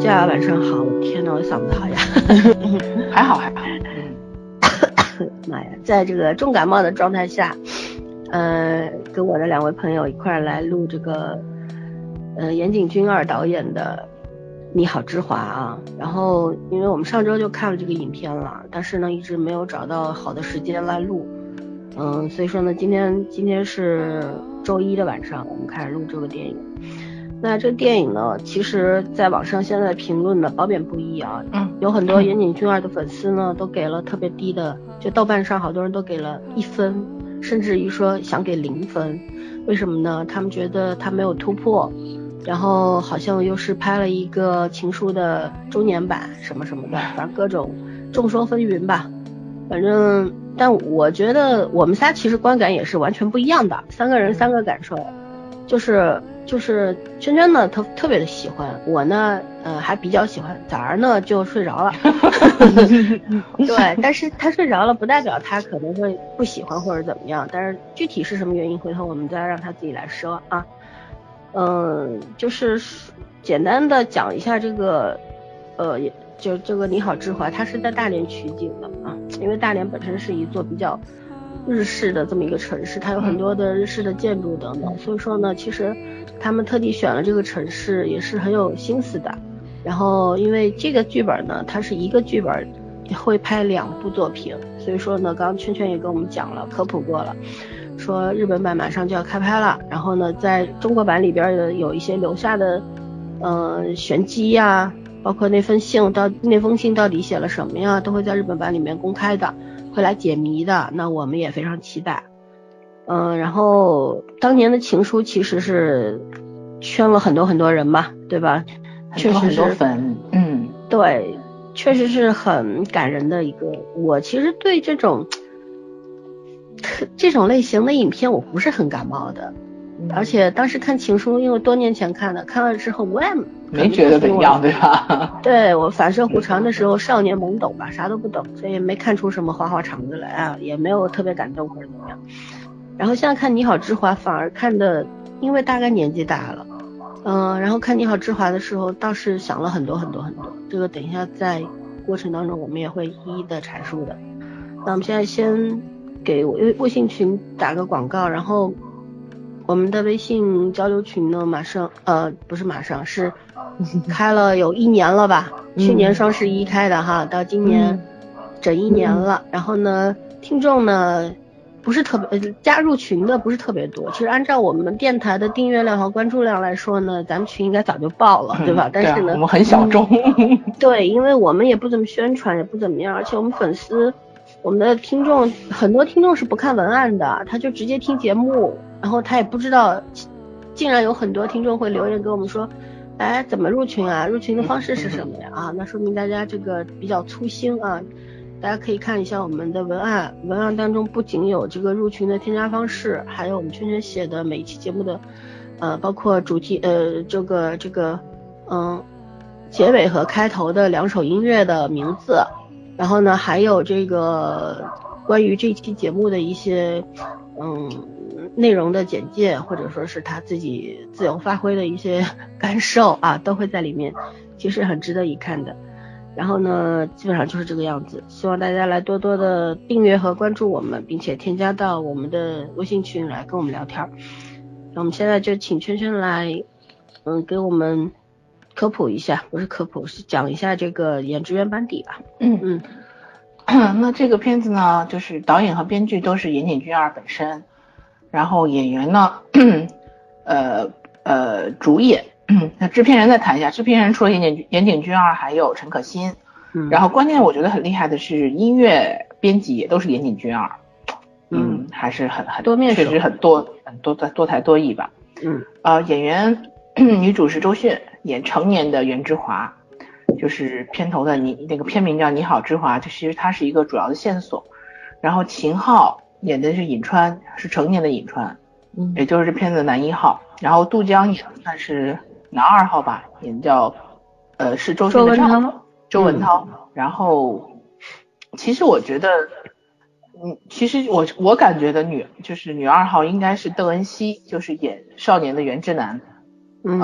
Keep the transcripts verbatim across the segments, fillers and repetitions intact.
家晚上好。天哪，我嗓子好呀。 还好还好。 妈呀，在这个重感冒的状态下，呃，跟我的两位朋友一块来录这个，呃，岩井俊二导演的《你好，之华》啊。然后，因为我们上周就看了这个影片了，但是呢，一直没有找到好的时间来录。嗯，所以说呢，今天今天是周一的晚上，我们开始录这个电影。那这个电影呢，其实在网上现在评论的褒贬不一啊。 嗯， 有很多岩井俊二的粉丝呢，都给了特别低的，就豆瓣上好多人都给了一分，甚至于说想给零分。为什么呢？他们觉得他没有突破，然后好像又是拍了一个情书的中年版什么什么的，反正各种众说纷纭吧。反正，但我觉得我们仨其实观感也是完全不一样的，三个人三个感受。就是就是圈圈呢特特别的喜欢，我呢呃还比较喜欢，早儿呢就睡着了。对，但是他睡着了不代表他可能会不喜欢或者怎么样，但是具体是什么原因回头我们再让他自己来说啊。嗯，就是简单的讲一下这个呃就这个你好，之华，它是在大连取景的啊，因为大连本身是一座比较日式的这么一个城市，它有很多的日式的建筑等等，所以说呢，其实他们特地选了这个城市也是很有心思的。然后因为这个剧本呢，它是一个剧本会拍两部作品，所以说呢，刚刚圈圈也跟我们讲了，科普过了，说日本版马上就要开拍了，然后呢，在中国版里边的有一些留下的呃玄机呀，包括那封信到那封信到底写了什么呀，都会在日本版里面公开的，会来解谜的，那我们也非常期待。嗯，然后当年的情书其实是圈了很多很多人嘛，对吧？ 确实是很多粉，嗯， 对，确实是很感人的一个。我其实对这种这种类型的影片我不是很感冒的，嗯、而且当时看情书，因为多年前看的，看了之后我也没觉得怎样，对吧？ 对，我反射弧长的时候少年懵懂吧，啥都不懂，所以没看出什么花花肠子来啊，也没有特别感动或者怎么样。然后现在看你好，之华反而看的，因为大概年纪大了。嗯、呃，然后看你好，之华的时候倒是想了很多很多很多，这个等一下在过程当中我们也会一一的阐述的。那我们现在先给微微信群打个广告，然后我们的微信交流群呢，马上呃不是马上是开了有一年了吧，去年双十一开的哈，到今年整一年了。然后呢，听众呢不是特别、呃、加入群的不是特别多，其实按照我们电台的订阅量和关注量来说呢，咱们群应该早就爆了，对吧？ 嗯、 但是呢、 啊、我们很小众、 嗯、对，因为我们也不怎么宣传，也不怎么样，而且我们粉丝我们的听众很多听众是不看文案的，他就直接听节目，然后他也不知道，竟然有很多听众会留言给我们说，哎，怎么入群啊？入群的方式是什么呀？啊，那说明大家这个比较粗心啊。大家可以看一下我们的文案，文案当中不仅有这个入群的添加方式，还有我们圈圈写的每一期节目的，呃，包括主题，呃，这个这个，嗯，结尾和开头的两首音乐的名字，然后呢，还有这个关于这期节目的一些，嗯，内容的简介，或者说是他自己自由发挥的一些感受啊，都会在里面，其实很值得一看的。然后呢，基本上就是这个样子，希望大家来多多的订阅和关注我们，并且添加到我们的微信群来跟我们聊天。那我们现在就请圈圈来，嗯，给我们科普一下，不是科普，是讲一下这个演职员班底吧。 嗯嗯，那这个片子呢，就是导演和编剧都是岩井俊二本身，然后演员呢，呃呃，主演。那制片人再谈一下，制片人除了岩井岩井俊二，还有陈可辛。嗯，然后关键我觉得很厉害的是音乐编辑也都是岩井俊二。嗯，还是很很多面手， 确实很多很多多才多艺吧。 嗯， 呃，演员女主是周迅，演成年的袁之华，就是片头的你那个片名叫《你好，之华》，就其实它是一个主要的线索。然后秦昊演的是尹川，是成年的尹川，嗯，也就是这片子的男一号。然后杜江演的是男二号吧，演叫呃是周迅的丈夫周文涛、嗯、然后其实我觉得嗯其实我我感觉的女就是女二号应该是邓恩熙，就是演少年的袁之南， 嗯啊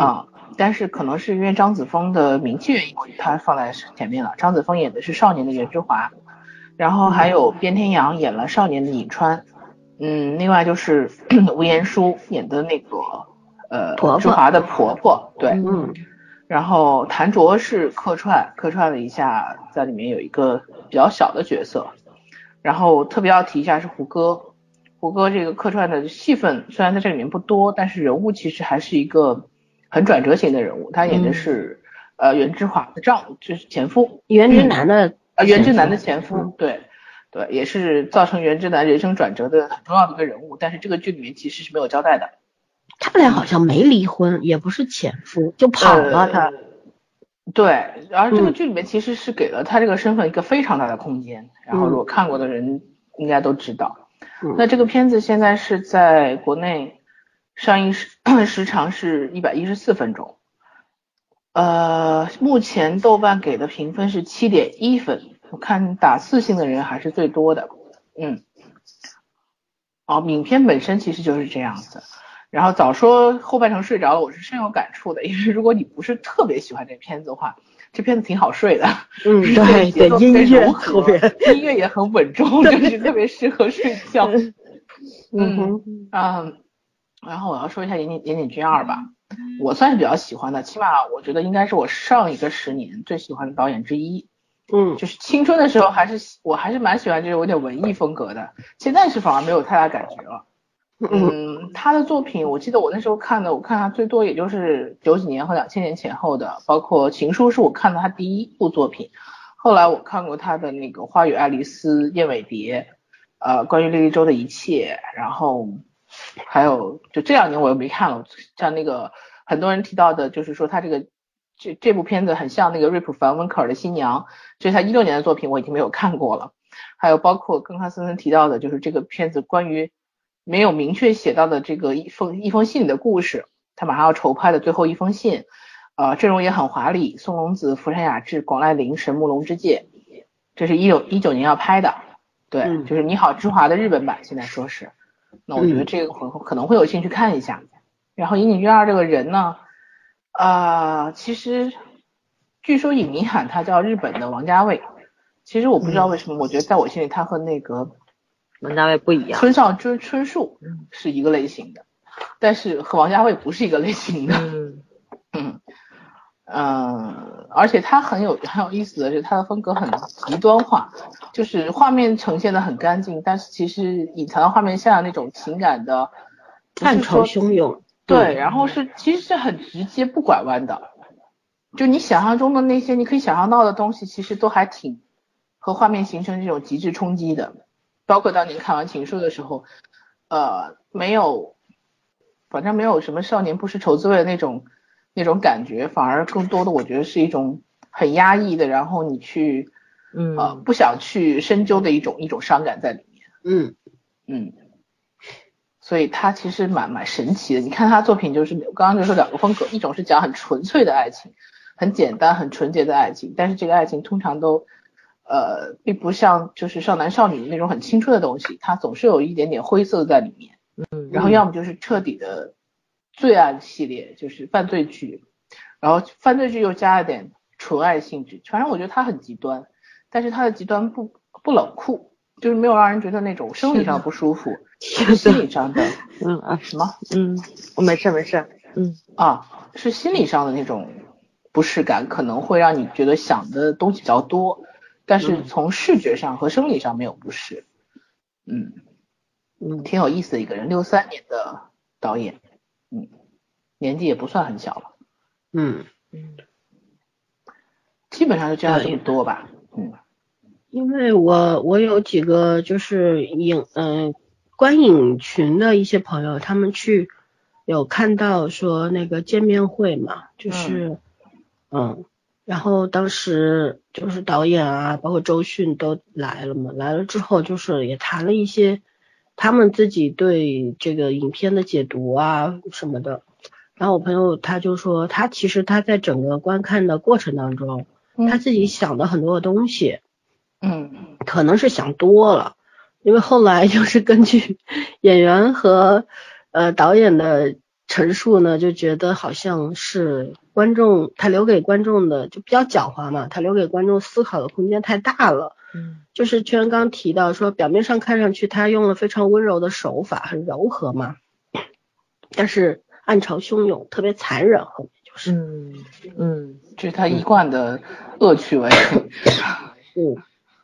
但是可能是因为张子枫的名气原因，他放在前面了。张子枫演的是少年的袁之华，然后还有边天阳演了少年的颍川，嗯，另外就是吴彦姝演的那个呃之华的婆婆，对， 嗯， 然后谭卓是客串客串了一下，在里面有一个比较小的角色，然后特别要提一下是胡歌，胡歌这个客串的戏份虽然在这里面不多，但是人物其实还是一个很转折型的人物，他演的是、嗯、呃袁之华的丈夫，就是前夫， 袁之南的、嗯、 呃袁之南的前夫，对对，也是造成袁之南人生转折的很重要的一个人物，但是这个剧里面其实是没有交代的。 他们俩好像没离婚，也不是前夫，就跑了他。 呃、对，然后这个剧里面其实是给了他这个身份一个非常大的空间，嗯、然后如果看过的人应该都知道。嗯、那这个片子现在是在国内上映时时长是一百一十四分钟，呃，目前豆瓣给的评分是 七点一 分，我看打四星的人还是最多的。嗯，哦，影片本身其实就是这样子。然后早说后半程睡着了，我是深有感触的，因为如果你不是特别喜欢这片子的话，这片子挺好睡的。 嗯，对对，音乐特别， 音乐也很稳重，就是特别适合睡觉。嗯嗯，然后我要说一下岩井岩井俊二吧，我算是比较喜欢的，起码我觉得应该是我上一个十年最喜欢的导演之一。 嗯， 就是青春的时候还是我还是蛮喜欢这种有点文艺风格的，现在是反而没有太大感觉了。嗯，他的作品我记得我那时候看的，我看他最多也就是九几年和两千年前后的，包括《情书》是我看的他第一部作品，后来我看过他的那个《花与爱丽丝》、《燕尾蝶》，呃，关于莉莉周的一切，然后还有就这两年我又没看了，像那个很多人提到的，就是说他这个这这部片子很像那个瑞普凡温克尔的新娘，这是他一六年的作品，我已经没有看过了。还有包括刚刚森森提到的，就是这个片子关于没有明确写到的这个一封一封信里的故事，他马上要筹拍的最后一封信，呃，阵容也很华丽，松隆子、福山雅治、广濑铃、神木隆之介，这是一九一九年要拍的，对，嗯、就是你好之华的日本版，现在说是，那我觉得这个可能会有兴趣看一下。嗯、然后岩井俊二这个人呢，呃，其实据说影迷喊他叫日本的王家卫，其实我不知道为什么，嗯、我觉得在我心里他和那个王家卫不一样， 村上春春树是一个类型的，但是和王家卫不是一个类型的。嗯嗯嗯，而且他很有很有意思的是，他的风格很极端化，就是画面呈现的很干净，但是其实隐藏在画面下的那种情感的暗潮汹涌。 对，然后是其实是很直接不拐弯的，就你想象中的那些你可以想象到的东西，其实都还挺和画面形成这种极致冲击的。包括当年看完情书的时候，呃，没有，反正没有什么少年不识愁滋味的那种那种感觉，反而更多的我觉得是一种很压抑的，然后你去，呃，不想去深究的一种一种伤感在里面。 嗯嗯，所以他其实蛮蛮神奇的。你看他作品就是我刚刚就说两个风格，一种是讲很纯粹的爱情，很简单很纯洁的爱情，但是这个爱情通常都呃，并不像就是少男少女那种很青春的东西，它总是有一点点灰色在里面。嗯，然后要么就是彻底的罪案系列，就是犯罪剧，然后犯罪剧又加了点纯爱性质。反正我觉得它很极端，但是它的极端不不冷酷，就是没有让人觉得那种生理上不舒服，是心理上的。 嗯啊什么？ 嗯，我没事没事。嗯啊，是心理上的那种不适感，可能会让你觉得想的东西比较多。但是从视觉上和生理上没有不适，嗯嗯，挺有意思的一个人，六三年的导演，嗯，年纪也不算很小了， 嗯嗯，基本上就这样这么多吧，嗯， 因为我我有几个就是影嗯、呃、观影群的一些朋友，他们去有看到说那个见面会嘛，就是嗯。嗯然后当时就是导演啊，包括周迅都来了嘛，来了之后就是也谈了一些他们自己对这个影片的解读啊什么的。然后我朋友他就说，他其实他在整个观看的过程当中，嗯、他自己想的很多的东西， 嗯， 可能是想多了，因为后来就是根据演员和呃导演的陈述呢，就觉得好像是观众他留给观众的就比较狡猾嘛，他留给观众思考的空间太大了。 嗯， 就是圈刚提到说，表面上看上去他用了非常温柔的手法，很柔和嘛，但是暗潮汹涌，特别残忍，后面就是， 嗯嗯， 这是他一贯的恶趣味。 嗯。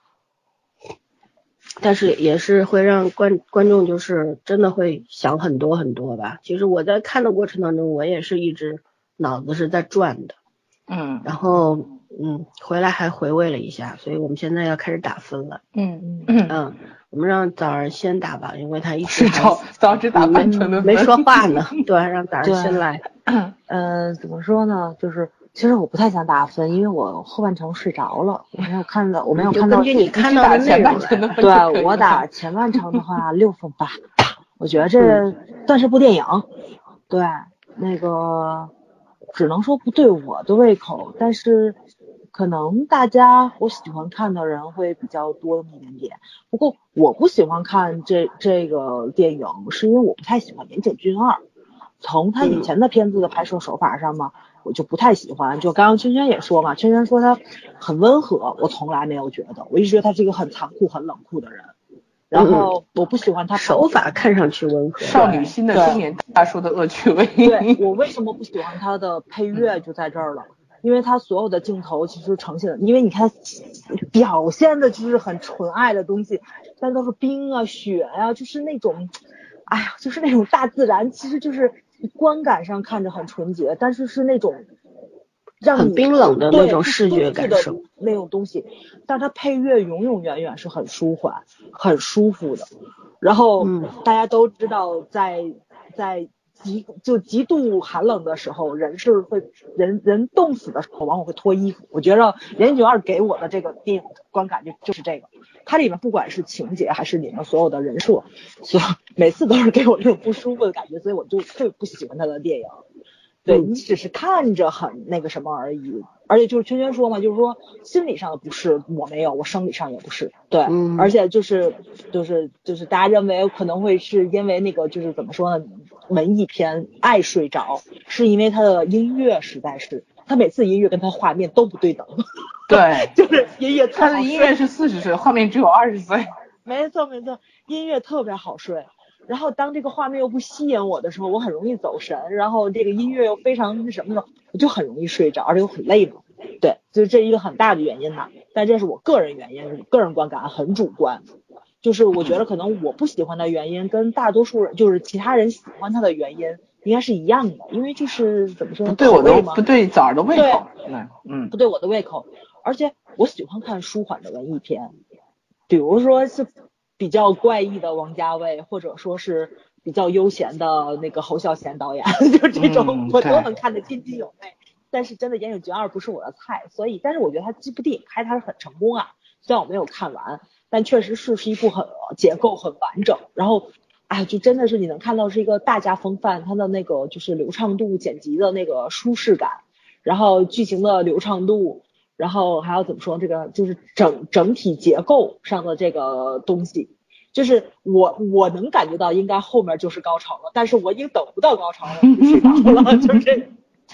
但是也是会让观观众就是真的会想很多很多吧。其实我在看的过程当中，我也是一直脑子是在转的， 嗯， 然后嗯回来还回味了一下，所以我们现在要开始打分了。 嗯嗯嗯，我们让早儿先打吧，因为他一直早早只打半程的没说话呢，对，让早儿先来。 呃，怎么说呢，就是其实我不太想打分，因为我后半程睡着了，我没有看到，我没有看到。 根据你看到的内容来， 对，我打前半程的话六分吧，我觉得这算是部电影。对，那个只能说不对我的胃口，但是可能大家我喜欢看的人会比较多那么一点点。不过我不喜欢看这这个电影，是因为我不太喜欢岩井俊二。从他以前的片子的拍摄手法上嘛，我就不太喜欢。就刚刚圈圈也说嘛，圈圈说他很温和，我从来没有觉得，我一直觉得他是一个很残酷、很冷酷的人。然后我不喜欢他手法看上去温和， 少女心的中年大叔的恶趣味。 对，我为什么不喜欢他的配乐就在这儿了，因为他所有的镜头其实呈现的，因为你看表现的就是很纯爱的东西，但都是冰啊、雪啊，就是那种，哎呀，就是那种大自然，其实就是观感上看着很纯洁，但是是那种让你很冰冷的那种视觉感受， 那种东西，但它配乐永永远远是很舒缓、很舒服的。然后、嗯、大家都知道在，在在极就极度寒冷的时候，人是会人人冻死的时候，往往会脱衣服。我觉得岩井俊二给我的这个电影观感就就是这个，它里面不管是情节还是里面所有的人设，所每次都是给我这种不舒服的感觉，所以我就特别不喜欢他的电影。对，你只是看着很那个什么而已，而且就是圈圈说嘛，就是说心理上的不适我没有，我生理上也不是，对，嗯、而且就是就是就是大家认为可能会是因为那个就是怎么说呢，文艺片爱睡着，是因为他的音乐实在是，他每次音乐跟他画面都不对等， 对， 就是音乐他的音乐是四十岁，画面只有二十岁， 没错没错，音乐特别好睡。然后当这个画面又不吸引我的时候，我很容易走神，然后这个音乐又非常什么的，我就很容易睡着，而且又很累嘛。对，就是这一个很大的原因呐。但这是我个人原因，个人观感很主观。就是我觉得可能我不喜欢的原因跟大多数人，就是其他人喜欢他的原因应该是一样的，因为就是怎么说， 不对我的不对枣儿的胃口， 对，嗯，不对我的胃口。而且我喜欢看舒缓的文艺片，比如说是比较怪异的王家卫，或者说是比较悠闲的那个侯孝贤导演，就这种、嗯、我都能看得津津有味。但是真的岩井俊二不是我的菜，所以但是我觉得他这部电影拍他是很成功啊，虽然我没有看完，但确实是是一部很结构很完整，然后哎就真的是你能看到是一个大家风范，他的那个就是流畅度、剪辑的那个舒适感，然后剧情的流畅度，然后还要怎么说，这个就是整整体结构上的这个东西，就是我我能感觉到应该后面就是高潮了，但是我已经等不到高潮了，就睡着了，就是。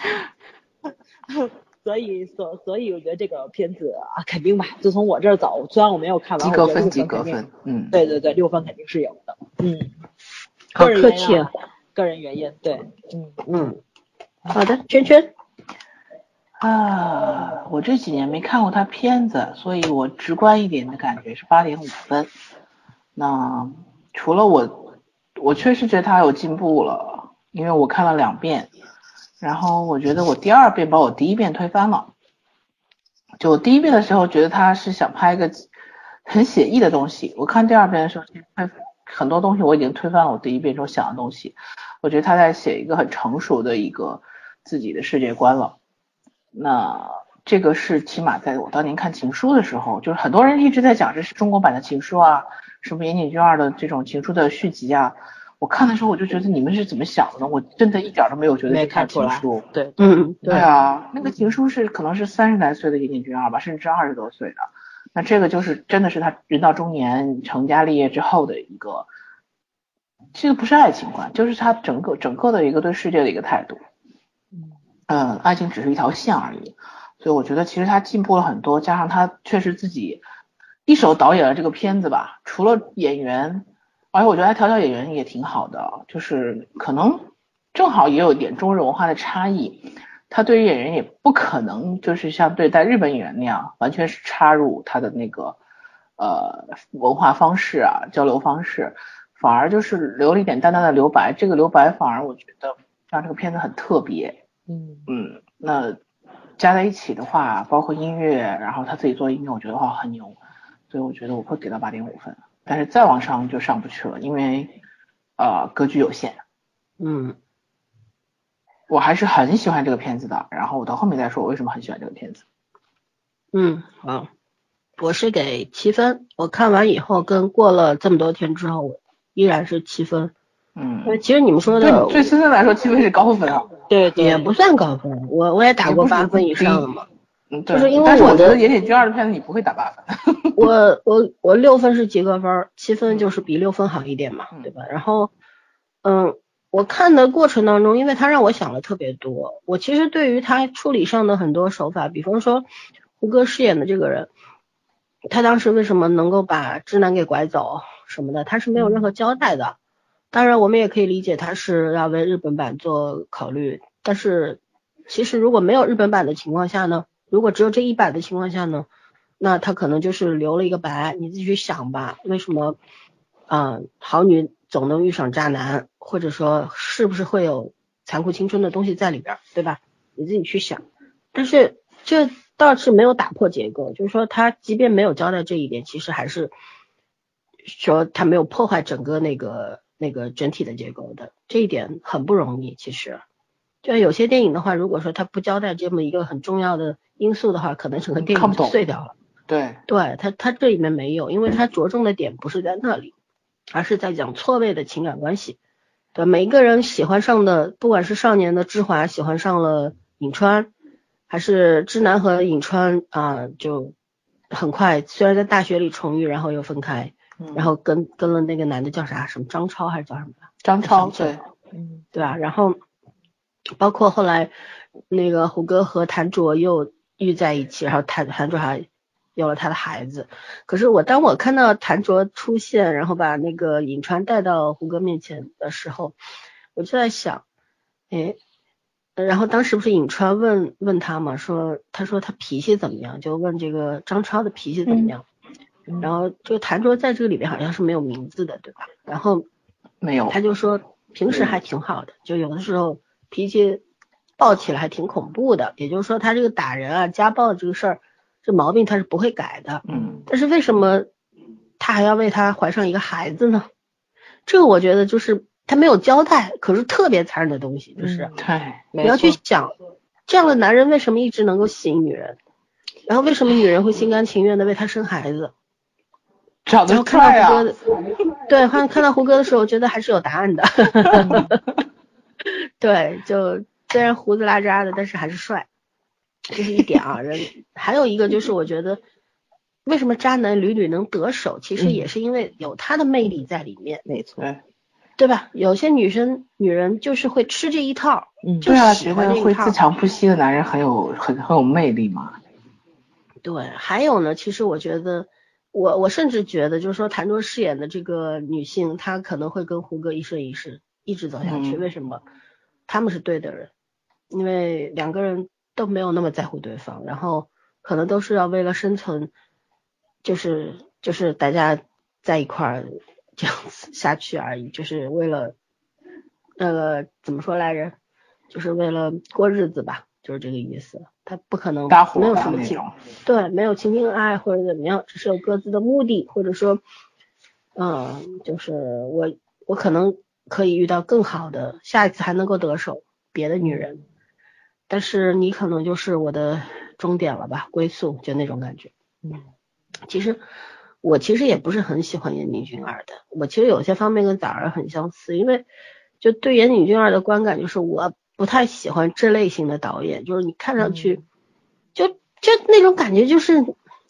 所以所所以我觉得这个片子啊，肯定吧，就从我这儿走，虽然我没有看完， 及格分及格分， 嗯，对对对，六分肯定是有的，嗯， 好客气啊， 个人原因，对，嗯嗯，好的，圈圈。 啊，我这几年没看过他片子，所以我直观一点的感觉是八点五分。那除了我，我确实觉得他有进步了，因为我看了两遍，然后我觉得我第二遍把我第一遍推翻了。就我第一遍的时候觉得他是想拍一个很写意的东西，我看第二遍的时候，很多东西我已经推翻了我第一遍时候想的东西，我觉得他在写一个很成熟的一个自己的世界观了。那这个是起码在我当年看情书的时候，就是很多人一直在讲这是中国版的情书啊，什么岩井俊二的这种情书的续集啊，我看的时候我就觉得你们是怎么想的呢？我真的一点都没有觉得是看情书。 对， 嗯， 对啊，那个情书是可能是三十来岁的岩井俊二吧，甚至是二十多岁的，那这个就是真的是他人到中年成家立业之后的一个这个不是爱情观，就是他整个整个的一个对世界的一个态度。嗯，呃，爱情只是一条线而已。所以我觉得其实他进步了很多，加上他确实自己一手导演了这个片子吧。除了演员，而且我觉得他调教演员也挺好的，就是可能正好也有一点中日文化的差异。他对于演员也不可能就是像对待日本演员那样完全是插入他的那个呃文化方式啊交流方式，反而就是留了一点淡淡的留白。这个留白反而我觉得让这个片子很特别。 嗯嗯，那加在一起的话，包括音乐，然后他自己做音乐，我觉得话很牛，所以我觉得我会给到八点五分，但是再往上就上不去了，因为呃格局有限。 嗯。 我还是很喜欢这个片子的，然后我到后面再说我为什么很喜欢这个片子。 嗯，好，我是给七分，我看完以后跟过了这么多天之后，我依然是七分。 嗯， 因为其实你们说的对森森来说七分是高分啊。 对对， 也不算高分，我我也打过八分以上的嘛。 嗯，对。 就是因为但是我觉的得岩井俊二的片子你不会打八分。 我我我六分是及格分，七分就是比六分好一点嘛， 嗯、 对吧？然后嗯。我看的过程当中，因为他让我想了特别多，我其实对于他处理上的很多手法，比方说胡歌饰演的这个人，他当时为什么能够把直男给拐走什么的，他是没有任何交代的。当然我们也可以理解他是要为日本版做考虑，但是其实如果没有日本版的情况下呢，如果只有这一版的情况下呢，那他可能就是留了一个白，你自己去想吧，为什么啊、呃、好女总能遇上渣男，或者说是不是会有残酷青春的东西在里边，对吧？你自己去想。但是这倒是没有打破结构，就是说他即便没有交代这一点，其实还是说他没有破坏整个那个那个整体的结构的，这一点很不容易。其实就有些电影的话，如果说他不交代这么一个很重要的因素的话，可能整个电影就碎掉了。 对， 对他他这里面没有，因为他着重的点不是在那里，而是在讲错位的情感关系。对，每一个人喜欢上的，不管是少年的之华喜欢上了颍川，还是之南和颍川啊、呃，就很快虽然在大学里重遇，然后又分开， 嗯、 然后跟跟了那个男的叫啥，什么张超还是叫什么？ 张超，对， 嗯，对吧？然后包括后来那个胡歌和谭卓又遇在一起，然后谭谭卓还有了他的孩子。可是我当我看到谭卓出现，然后把那个颍川带到胡歌面前的时候，我就在想，诶，然后当时不是颍川问问他嘛，说他说他脾气怎么样，就问这个张超的脾气怎么样。嗯、然后这个谭卓在这个里面好像是没有名字的，对吧？然后没有， 他就说平时还挺好的，就有的时候脾气暴起来还挺恐怖的，也就是说他这个打人啊家暴这个事儿，这毛病他是不会改的。 嗯， 但是为什么他还要为他怀上一个孩子呢？这个我觉得就是他没有交代，可是特别残忍的东西，就是、 嗯、对， 你要去想这样的男人为什么一直能够吸引女人，然后为什么女人会心甘情愿的为他生孩子。 长得帅啊！ 对，看看到胡歌的时候，我觉得还是有答案的。对，就虽然胡子拉碴的，但是还是帅，这是一点啊。人还有一个就是，我觉得为什么渣男屡屡能得手，其实也是因为有他的魅力在里面。 没错， 对吧？有些女生女人就是会吃这一套， 嗯， 就对啊， 喜欢这一套。 会自强不息的男人很有很很有魅力嘛。 对，还有呢，其实我觉得。我我甚至觉得，就是说谭卓饰演的这个女性，她可能会跟胡歌一生一世一直走下去。 嗯、 为什么？他们是对的人，因为两个人都没有那么在乎对方，然后可能都是要为了生存，就是就是大家在一块儿这样子下去而已，就是为了那个怎么说来着？就是为了过日子吧。就是这个意思，他不可能没有什么情，对，没有情情爱或者怎么样，只是有各自的目的，或者说，嗯，就是我我可能可以遇到更好的，下一次还能够得手别的女人，但是你可能就是我的终点了吧，归宿，就那种感觉。嗯，其实我其实也不是很喜欢岩井俊二的，我其实有些方面跟早儿很相似，因为就对岩井俊二的观感就是我。不太喜欢这类型的导演，就是你看上去就就那种感觉，就是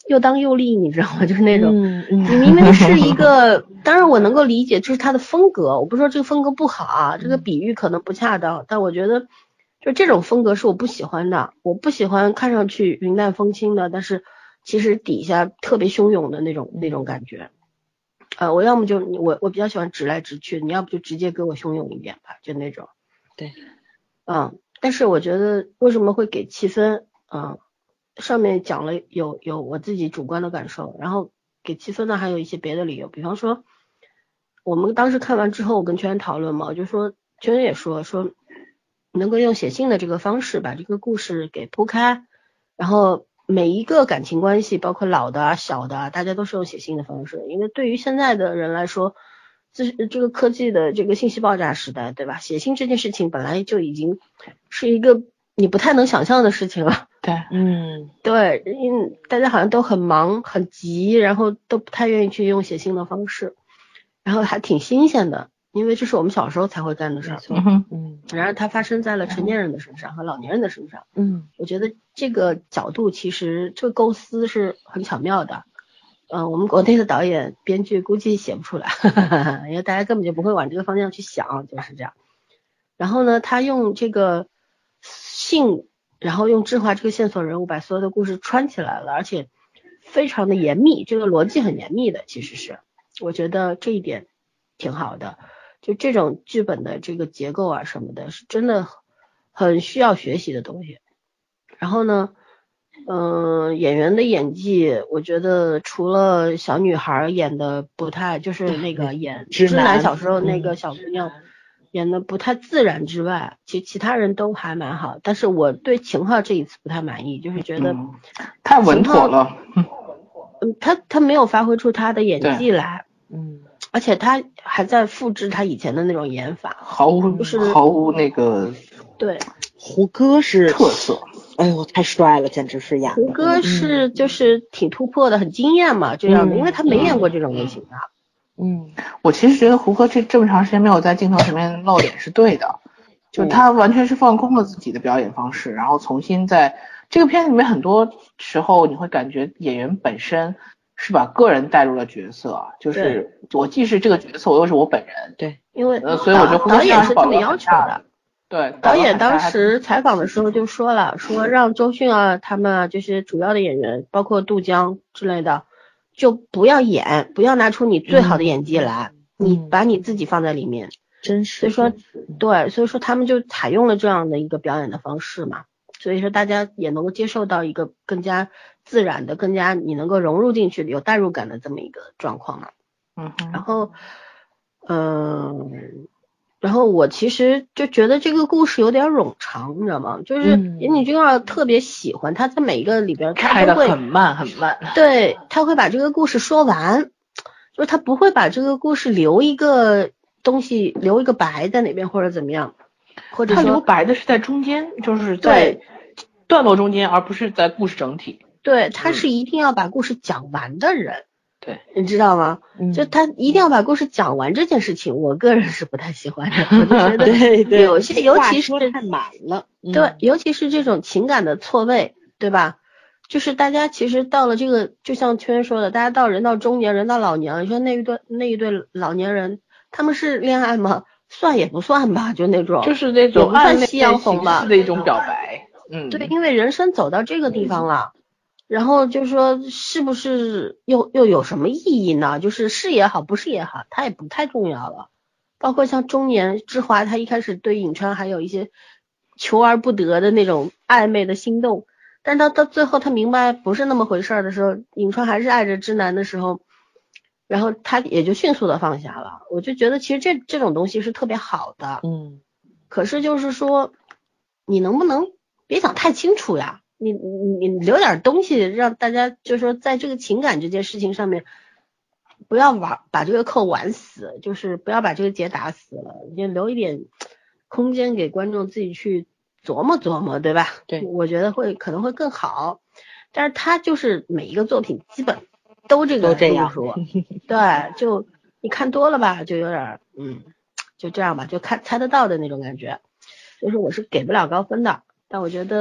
又当又立，你知道吗？就是那种， 嗯嗯、 你明明是一个，当然我能够理解这是他的风格，我不是说这个风格不好啊，这个比喻可能不恰当，但我觉得就这种风格是我不喜欢的，我不喜欢看上去云淡风轻的，但是其实底下特别汹涌的那种那种感觉。呃，我要么就我我比较喜欢直来直去，你要不就直接给我汹涌一点吧，就那种。 对， 嗯，但是我觉得为什么会给七分？嗯，上面讲了有有我自己主观的感受，然后给七分呢还有一些别的理由，比方说我们当时看完之后，我跟圈讨论嘛，我就说圈也说说能够用写信的这个方式把这个故事给铺开，然后每一个感情关系，包括老的啊、小的啊，大家都是用写信的方式，因为对于现在的人来说，这这个科技的这个信息爆炸时代，对吧？写信这件事情本来就已经是一个你不太能想象的事情了。 对， 嗯， 对，因为大家好像都很忙、很急，然后都不太愿意去用写信的方式，然后还挺新鲜的，因为这是我们小时候才会干的事儿。 嗯嗯， 然而它发生在了成年人的身上和老年人的身上。 嗯， 我觉得这个角度其实这个构思是很巧妙的。嗯、呃，我们国内的导演、编剧估计写不出来，呵呵呵，因为大家根本就不会往这个方向去想，就是这样。然后呢，他用这个信，然后用智化这个线索人物把所有的故事串起来了，而且非常的严密，这个逻辑很严密的，其实是，我觉得这一点挺好的。就这种剧本的这个结构啊什么的，是真的很需要学习的东西。然后呢，嗯、呃，演员的演技，我觉得除了小女孩演的不太，就是那个演知南小时候那个小姑娘演的不太自然之外，其其他人都还蛮好。但是我对秦昊这一次不太满意，就是觉得、 嗯、太稳妥了。 嗯，他他没有发挥出他的演技来。 嗯。 而且他还在复制他以前的那种演法， 毫无就是毫无那个对。 胡歌是特色， 哎呦太帅了，简直是演的。 胡歌是就是挺突破的，很惊艳嘛，这样的，因为他没演过这种类型的。 嗯， 我其实觉得胡歌这这么长时间没有在镜头前面露脸是对的，就他完全是放空了自己的表演方式，然后重新在这个片子里面很多时候你会感觉演员本身是把个人带入了角色，就是我既是这个角色，我又是我本人。 对， 因为呃，所以我觉得导演是这么要求的。 对， 导演当时采访的时候就说了，说让周迅啊他们啊这些主要的演员，包括杜江之类的，就不要演，不要拿出你最好的演技来， 嗯、 你把你自己放在里面。 真是。 所以说，对，所以说他们就采用了这样的一个表演的方式嘛。所以说大家也能够接受到一个更加自然的、更加你能够融入进去的、有代入感的这么一个状况嘛。 嗯， 然后，嗯、呃，然后我其实就觉得这个故事有点冗长，你知道吗？就是岩井俊二特别喜欢他在每一个里边，他都会开得很慢很慢。 对，他会把这个故事说完，就是他不会把这个故事留一个东西，留一个白在哪边或者怎么样。或者说他留白的是在中间，就是在段落中间，而不是在故事整体。 对，他是一定要把故事讲完的人。 嗯、对， 你知道吗？ 嗯， 就他一定要把故事讲完这件事情，我个人是不太喜欢的。我就觉得对对， 有些尤其是太满了。 对、嗯，尤其是这种情感的错位，对吧？就是大家其实到了这个，就像圈说的，大家到人到中年，人到老年，你说那一对那一对老年人，他们是恋爱吗？算也不算吧，就那种， 就是那种暗恋夕阳红吧的一种表白。嗯， 对，因为人生走到这个地方了，然后就说是不是又又有什么意义呢？就是是也好，不是也好，它也不太重要了。包括像中年之华，他一开始对颍川还有一些求而不得的那种暧昧的心动，但是他到最后他明白不是那么回事的时候，颍川还是爱着之南的时候。然后他也就迅速的放下了，我就觉得其实这这种东西是特别好的， 嗯， 可是就是说，你能不能别讲太清楚呀？你你你留点东西让大家就是说在这个情感这件事情上面，不要玩把这个扣玩死，就是不要把这个结打死了，你留一点空间给观众自己去琢磨琢磨，对吧？ 对， 我觉得会可能会更好，但是他就是每一个作品基本。都这个都这样， 对，就你看多了吧，就有点嗯，就这样吧，就看猜得到的那种感觉。就是我是给不了高分的，但我觉得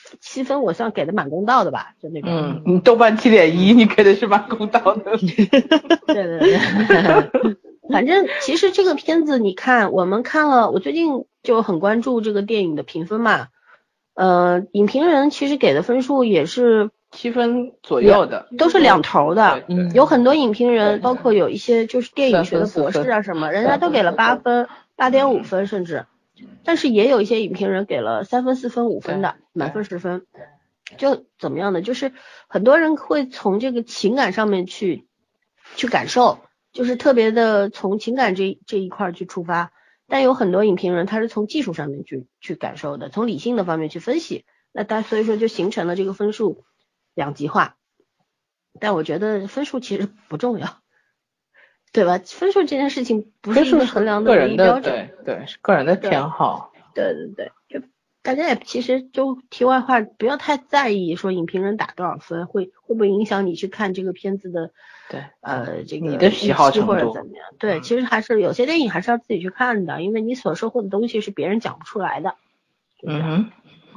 七分我算给的蛮公道的吧，就那种。 嗯，你豆瓣七点一，你给的是蛮公道的。 对对对。反正其实这个片子你看，我们看了，我最近就很关注这个电影的评分嘛。呃，影评人其实给的分数也是七分左右的， 都是两头的。 嗯， 有很多影评人，包括有一些就是电影学的博士啊什么，人家都给了八分、八点五分甚至。但是也有一些影评人给了三分、四分、五分的，满分十分。就怎么样呢？就是很多人会从这个情感上面去去感受。就是特别的从情感这这一块去出发，但有很多影评人他是从技术上面去去感受的，从理性的方面去分析，那他所以说就形成了这个分数两极化。但我觉得分数其实不重要，对吧？分数这件事情不是一个衡量的唯一标准， 对对，是个人的偏好。 对对对，就大家也其实就题外话，不要太在意说影评人打多少分会会不会影响你去看这个片子的。 对， 呃，这个你的喜好程度或者怎么样？对，其实还是有些电影还是要自己去看的，因为你所收获的东西是别人讲不出来的。 嗯哼。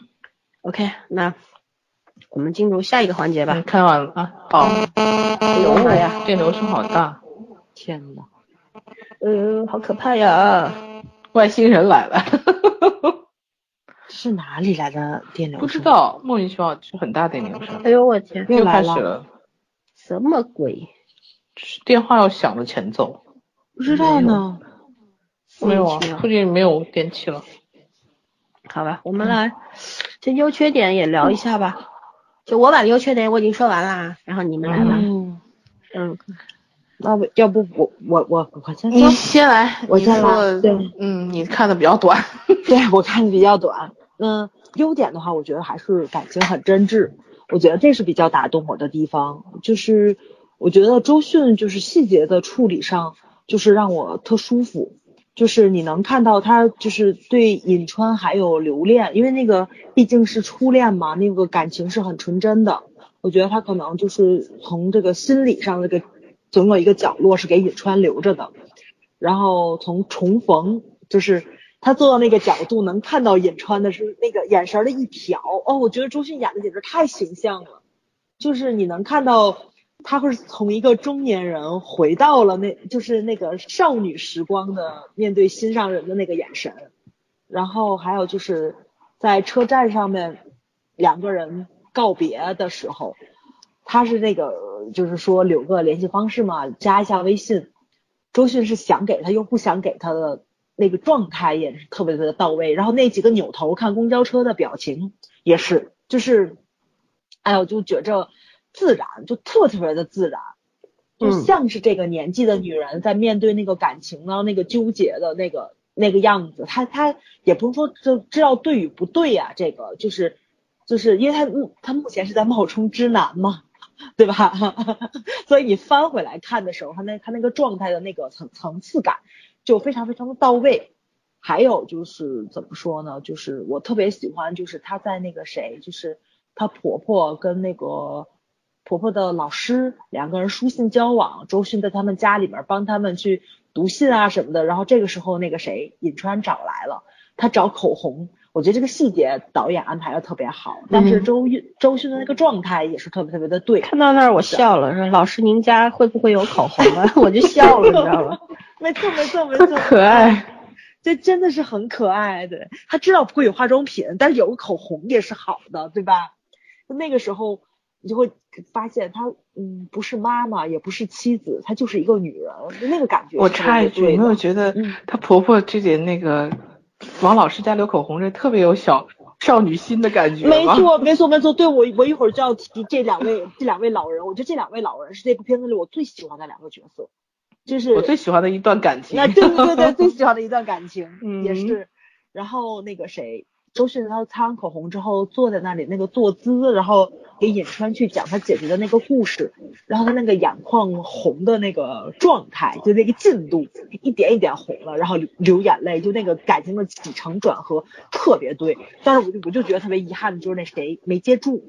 OK， 那我们进入下一个环节吧。 你看完了啊？好。 流了呀， 电流声好大！ 天哪， 呃，好可怕呀！ 外星人来了。 是哪里来的电流声？ 不知道，莫名其妙就很大电流声。 哎呦我天， 又开始了。 什么鬼？ 电话要响的前奏。 不知道呢。 没有啊，附近没有电器了。 好吧，我们来这优缺点也聊一下吧。就我把优缺点我已经说完啦，然后你们来吧。 嗯嗯， 那我要不我我我我先说。 你先来， 我先来。对， 嗯，你看的比较短。 对，我看的比较短。嗯，优点的话，我觉得还是感情很真挚，我觉得这是比较打动我的地方。就是我觉得周迅就是细节的处理上，就是让我特舒服。就是你能看到他就是对尹川还有留恋，因为那个毕竟是初恋嘛，那个感情是很纯真的。我觉得他可能就是从这个心理上这个总有一个角落是给尹川留着的。然后从重逢，就是他坐到那个角度能看到尹川的是那个眼神的一瞟，哦，我觉得周迅演的简直太形象了。就是你能看到他会从一个中年人回到了那就是那个少女时光的面对心上人的那个眼神。然后还有就是在车站上面两个人告别的时候，他是那个就是说留个联系方式嘛，加一下微信。周迅是想给他又不想给他的那个状态也是特别的到位，然后那几个扭头看公交车的表情也是，就是哎呦就觉着自然，就特特别的自然，就像是这个年纪的女人在面对那个感情呢，那个纠结的那个那个样子。她她也不是说就知道对与不对呀、啊，这个就是就是因为她她目前是在冒充知男嘛，对吧？所以你翻回来看的时候，他那他那个状态的那个层层次感就非常非常的到位。还有就是怎么说呢？就是我特别喜欢，就是他在那个谁，就是他婆婆跟那个婆婆的老师两个人书信交往，周迅在他们家里面帮他们去读信啊什么的。然后这个时候那个谁尹川找来了，他找口红。我觉得这个细节导演安排的特别好，但是周韵、嗯、周迅的那个状态也是特别特别的对。 看到那儿我笑了，说老师您家会不会有口红啊？我就笑了，你知道吗？ 没错没错没错， 可爱， 这真的是很可爱的。他知道不会有化妆品，但是有个口红也是好的，对吧？那个时候你就会发现他嗯不是妈妈也不是妻子，她就是一个女人，那个感觉。 我插一句，有没有觉得她婆婆这点那个往老师家留口红这特别有小少女心的感觉？ 没错没错没错，对，我我一会儿就要提这两位这两位老人。我觉得这两位老人是这部片子里我最喜欢的两个角色，就是我最喜欢的一段感情。 那对对对对，最喜欢的一段感情、嗯、也是。然后那个谁周迅她擦完口红之后坐在那里那个坐姿，然后给尹川去讲她姐姐的那个故事，然后她那个眼眶红的那个状态，就那个进度一点一点红了，然后流流眼泪，就那个感情的起承转合特别对。但是我就我就觉得特别遗憾的就是那谁没接住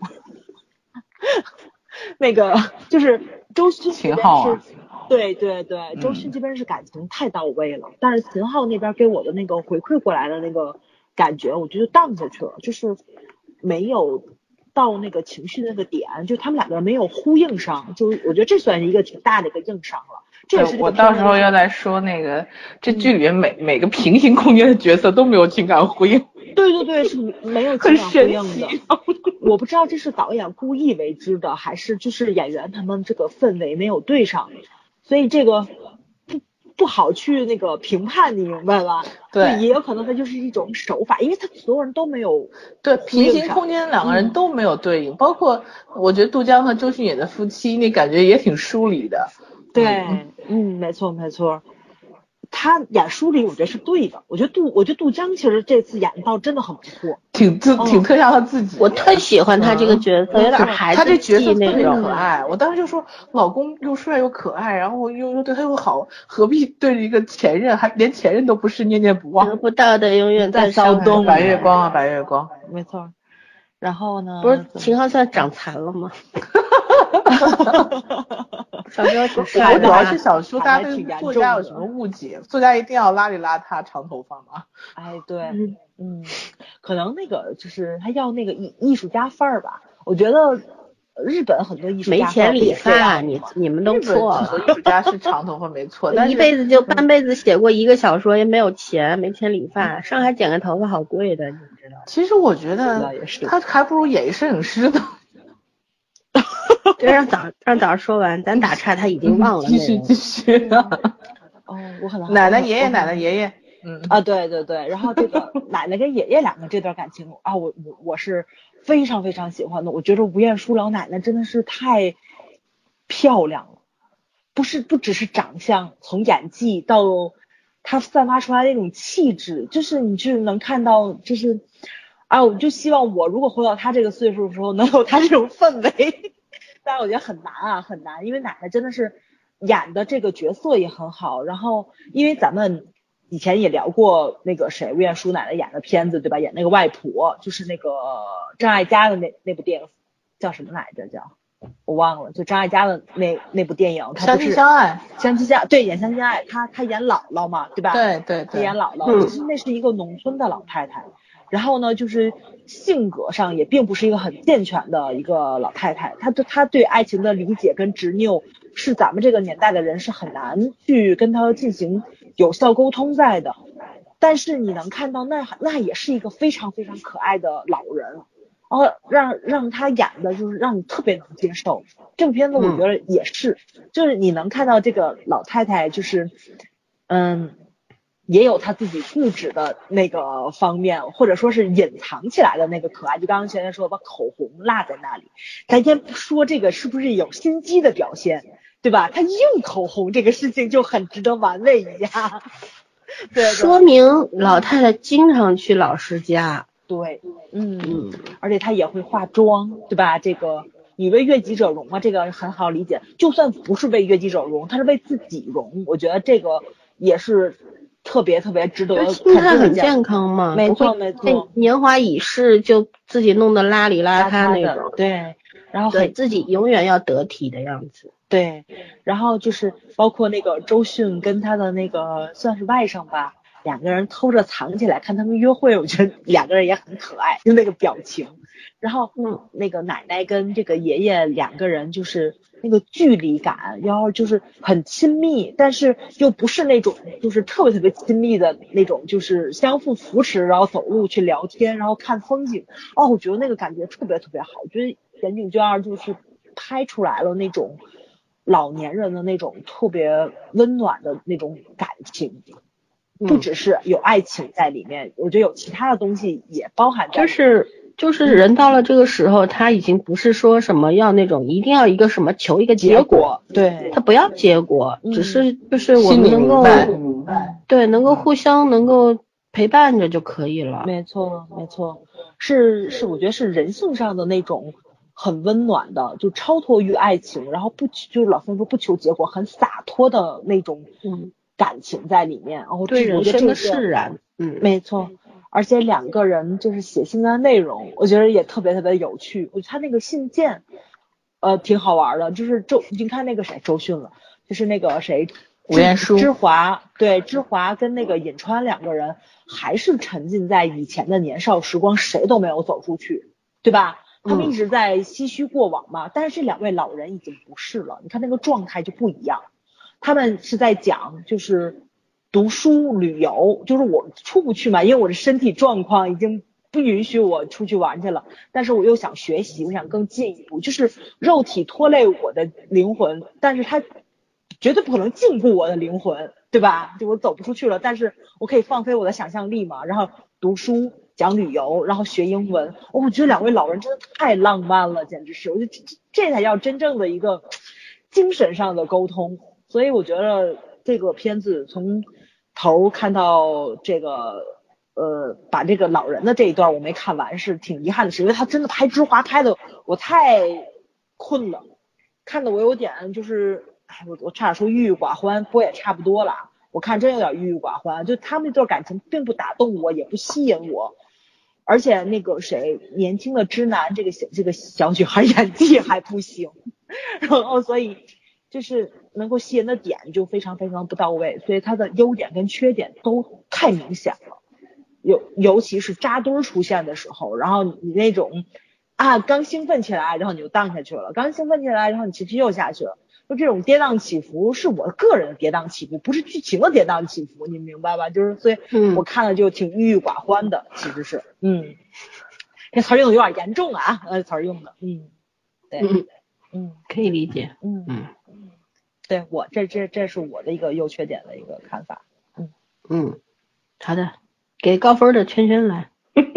那个就是周迅秦昊啊， 对对对，周迅这边是感情太到位了、嗯、但是秦昊那边给我的那个回馈过来的那个感觉我觉得荡下去了。就是没有到那个情绪那个点，就他们两个人没有呼应上，就我觉得这算是一个挺大的一个硬伤了。这也是我到时候要来说那个这剧里面每、嗯、每个平行空间的角色都没有情感呼应。 对对对，是没有情感呼应的。我不知道这是导演故意为之的，还是就是演员他们这个氛围没有对上，所以这个不不好去那个评判，你明白吧？ 对， 也有可能它就是一种手法，因为他所有人都没有对平行空间两个人都没有对应、嗯、包括我觉得杜江和周迅演的夫妻，那感觉也挺疏离的。 对，嗯，嗯没错没错。他演疏离，我觉得是对的。我觉得杜，我觉得杜江其实这次演到真的很不错， 挺自、哦、挺特像他自己。 我特喜欢他这个角色，嗯、有点孩子气那种。 他这角色特别可爱，我当时就说，老公又帅又可爱，然后又又对他又好，何必对着一个前任，还连前任都不是，念念不忘。 得不到的永远在骚动。 白月光啊，白月光， 没错。然后呢？ 不是秦昊现在长残了吗？小时候挺帅的， 我主要是小说大家对作家有什么误解？作家一定要邋里邋遢长头发吗？ 哎，对，嗯嗯，可能那个就是他要那个艺艺术家范儿吧。我觉得日本很多艺术家没钱理发，你你们都错了。 艺术家是长头发没错，但一辈子就半辈子写过一个小说，也没有钱，没钱理发。上海剪个头发好贵的，你知道？ 其实我觉得他还不如演一摄影师呢。 就让早让早说完，咱打岔他已经忘了。 继续继续。 哦，我可能奶奶爷爷奶奶爷爷， 嗯啊对对对，然后这个奶奶跟爷爷两个这段感情啊，我我我是非常非常喜欢的。我觉得吴彦姝老奶奶真的是太漂亮了，不是不只是长相，从演技到她散发出来那种气质，就是你就是能看到，就是啊，我就希望我如果活到她这个岁数的时候，能有她这种氛围。但我觉得很难啊，很难，因为奶奶真的是演的这个角色也很好。然后，因为咱们以前也聊过那个谁，吴彦姝奶奶演的片子，对吧？演那个外婆，就是那个张艾嘉的那那部电影叫什么来着？叫我忘了，就张艾嘉的那那部电影， 相亲相爱， 相亲相对，演相亲相爱，她她演姥姥嘛，对吧？ 对对对， 她演姥姥，其实那是一个农村的老太太。然后呢，就是性格上也并不是一个很健全的一个老太太，她对她对爱情的理解跟执拗是咱们这个年代的人是很难去跟她进行有效沟通在的。但是你能看到那那也是一个非常非常可爱的老人，然后让让她演的就是让你特别能接受。这部片子我觉得也是，嗯、就是你能看到这个老太太就是嗯。也有他自己固执的那个方面，或者说是隐藏起来的那个可爱。就刚刚前面说把口红落在那里，咱先不说这个是不是有心机的表现，对吧？他硬口红这个事情就很值得玩味一下。对， 说明老太太经常去老师家。 对，嗯嗯，而且她也会化妆，对吧？这个你为悦己者容嘛，这个很好理解。就算不是为悦己者容，她是为自己容，我觉得这个也是。特别特别值得， 心态很健康嘛， 没错没错， 年华已逝就自己弄得邋里邋遢那种， 对，然后对自己永远要得体的样子， 对，然后就是包括那个周迅跟他的那个算是外甥吧，两个人偷着藏起来看他们约会，我觉得两个人也很可爱，就那个表情。然后嗯，那个奶奶跟这个爷爷两个人就是那个距离感，然后就是很亲密，但是又不是那种就是特别特别亲密的那种，就是相互扶持，然后走路去聊天，然后看风景。哦，我觉得那个感觉特别特别好。我觉得岩井俊二就是拍出来了那种老年人的那种特别温暖的那种感情。不只是有爱情在里面，我觉得有其他的东西也包含在里面。 就是就是人到了这个时候，他已经不是说什么要那种一定要一个什么求一个结果， 对， 他不要结果，嗯、只是就是我们能够对能够互相能够陪伴着就可以了。 没错没错，是是，我觉得是人性上的那种很温暖的，就超脱于爱情，然后不就是老三说不求结果，很洒脱的那种嗯感情在里面。哦， 对人生的释然， 嗯，没错。而且两个人就是写信的内容，我觉得也特别特别有趣。我觉得他那个信件，呃，挺好玩的。就是周，你看那个谁，周迅了，就是那个谁， 吴彦姝， 芝华，对，芝华跟那个尹川两个人还是沉浸在以前的年少时光，谁都没有走出去。 对吧？他们一直在唏嘘过往嘛，嗯、但是这两位老人已经不是了，你看那个状态就不一样。他们是在讲就是读书旅游，就是我出不去嘛，因为我的身体状况已经不允许我出去玩去了，但是我又想学习，我想更进一步，就是肉体拖累我的灵魂，但是它绝对不可能禁锢我的灵魂，对吧？就我走不出去了，但是我可以放飞我的想象力嘛，然后读书讲旅游，然后学英文。哦，我觉得两位老人真的太浪漫了，简直是，我觉得这这才叫真正的一个精神上的沟通。所以我觉得这个片子从头看到这个呃，把这个老人的这一段我没看完，是挺遗憾的，是因为他真的拍之华拍的我太困了，看的我有点就是。哎，我我差点说郁郁寡欢，不过也差不多了。我看真有点郁郁寡欢，就他们这段感情并不打动我，也不吸引我。而且那个谁，年轻的知南这个小这个小女孩演技还不行，然后所以就是能够吸引的点就非常非常不到位，所以他的优点跟缺点都太明显了。尤尤其是扎堆出现的时候，然后你那种啊刚兴奋起来，然后你就荡下去了，刚兴奋起来，然后你其实又下去了。就这种跌宕起伏是我个人的跌宕起伏，不是剧情的跌宕起伏，你明白吧？就是所以我看了就挺郁郁寡欢的，其实是，嗯，这词儿用的有点严重啊，呃，词儿用的，嗯，对，嗯嗯，可以理解， 嗯嗯，对我这这这是我的一个优缺点的一个看法，嗯嗯，好的，给高分的圈圈来，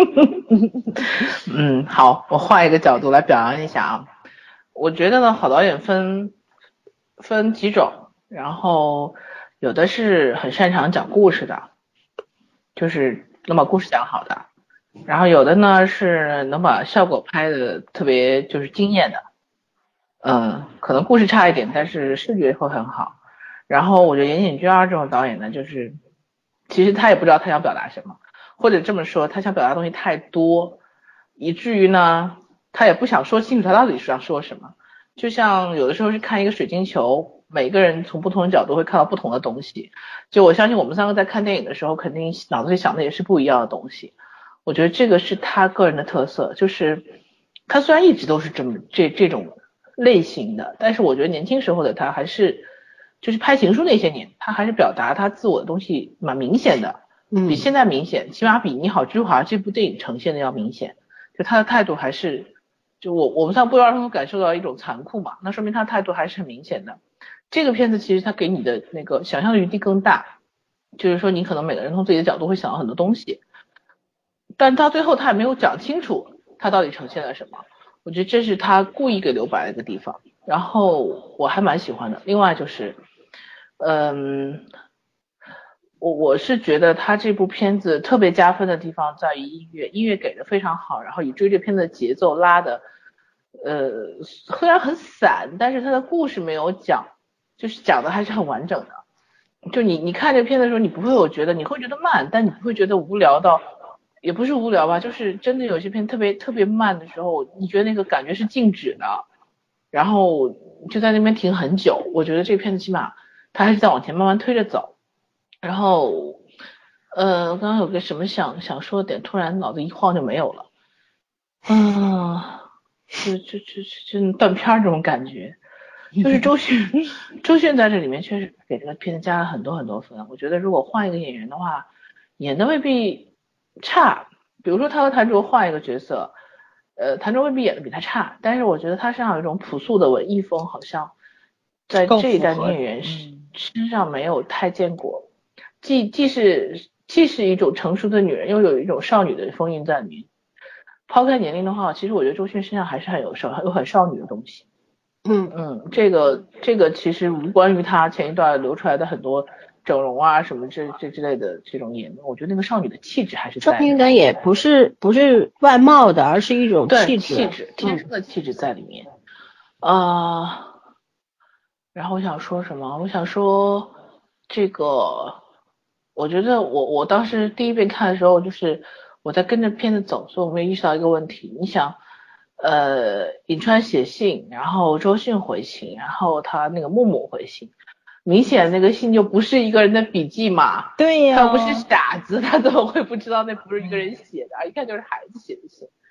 嗯，好，我换一个角度来表扬一下啊。我觉得呢，好导演分分几种，然后有的是很擅长讲故事的，就是能把故事讲好的，然后有的呢是能把效果拍的特别就是惊艳的，嗯，可能故事差一点，但是视觉会很好。然后我觉得岩井俊二这种导演呢，就是其实他也不知道他想表达什么，或者这么说，他想表达的东西太多，以至于呢他也不想说清楚他到底是要说什么。就像有的时候是看一个水晶球，每个人从不同的角度会看到不同的东西，就我相信我们三个在看电影的时候肯定脑子里想的也是不一样的东西。我觉得这个是他个人的特色，就是他虽然一直都是这么这这种类型的，但是我觉得年轻时候的他还是就是拍情书那些年，他还是表达他自我的东西蛮明显的，比现在明显，起码比你好之华这部电影呈现的要明显，就他的态度还是就我我们像不约而同感受到一种残酷嘛，那说明他态度还是很明显的。这个片子其实他给你的那个想象的余地更大，就是说你可能每个人从自己的角度会想到很多东西，但到最后他也没有讲清楚他到底呈现了什么，我觉得这是他故意给留白的一个地方，然后我还蛮喜欢的。另外就是嗯我我是觉得他这部片子特别加分的地方在于音乐，音乐给的非常好，然后以至于这片子的节奏拉的呃虽然很散，但是他的故事没有讲，就是讲的还是很完整的。就你你看这片的时候，你不会有觉得你会觉得慢，但你不会觉得无聊到，也不是无聊吧，就是真的有些片特别特别慢的时候，你觉得那个感觉是静止的，然后就在那边停很久。我觉得这片子起码它还是在往前慢慢推着走。然后呃刚刚有个什么想想说的点，突然脑子一晃就没有了，嗯，就就就就断片这种感觉。就是周迅，周迅在这里面确实给这个片子加了很多很多分。我觉得如果换一个演员的话，演的未必差。比如说他和谭卓换一个角色，呃，谭卓未必演的比他差，但是我觉得他身上有一种朴素的文艺风，好像在这一代女演员身上没有太见过。既既是既是一种成熟的女人，又有一种少女的风韵在里面。抛开年龄的话，其实我觉得周迅身上还是很有少有很少女的东西。嗯嗯，这个这个其实无关于他前一段流出来的很多整容啊什么这这之类的这种言论，我觉得那个少女的气质还是在的。 应该也不是不是外貌的，而是一种气质， 气质天生的气质在里面。啊、嗯呃，然后我想说什么？我想说这个，我觉得我我当时第一遍看的时候，就是我在跟着片子走，所以我没有意识到一个问题。你想。呃，颍川写信，然后周迅回信，然后他那个木木回信，明显那个信就不是一个人的笔记嘛。 对呀、 他不是傻子，他怎么会不知道那不是一个人写的，一看就是孩子写的信。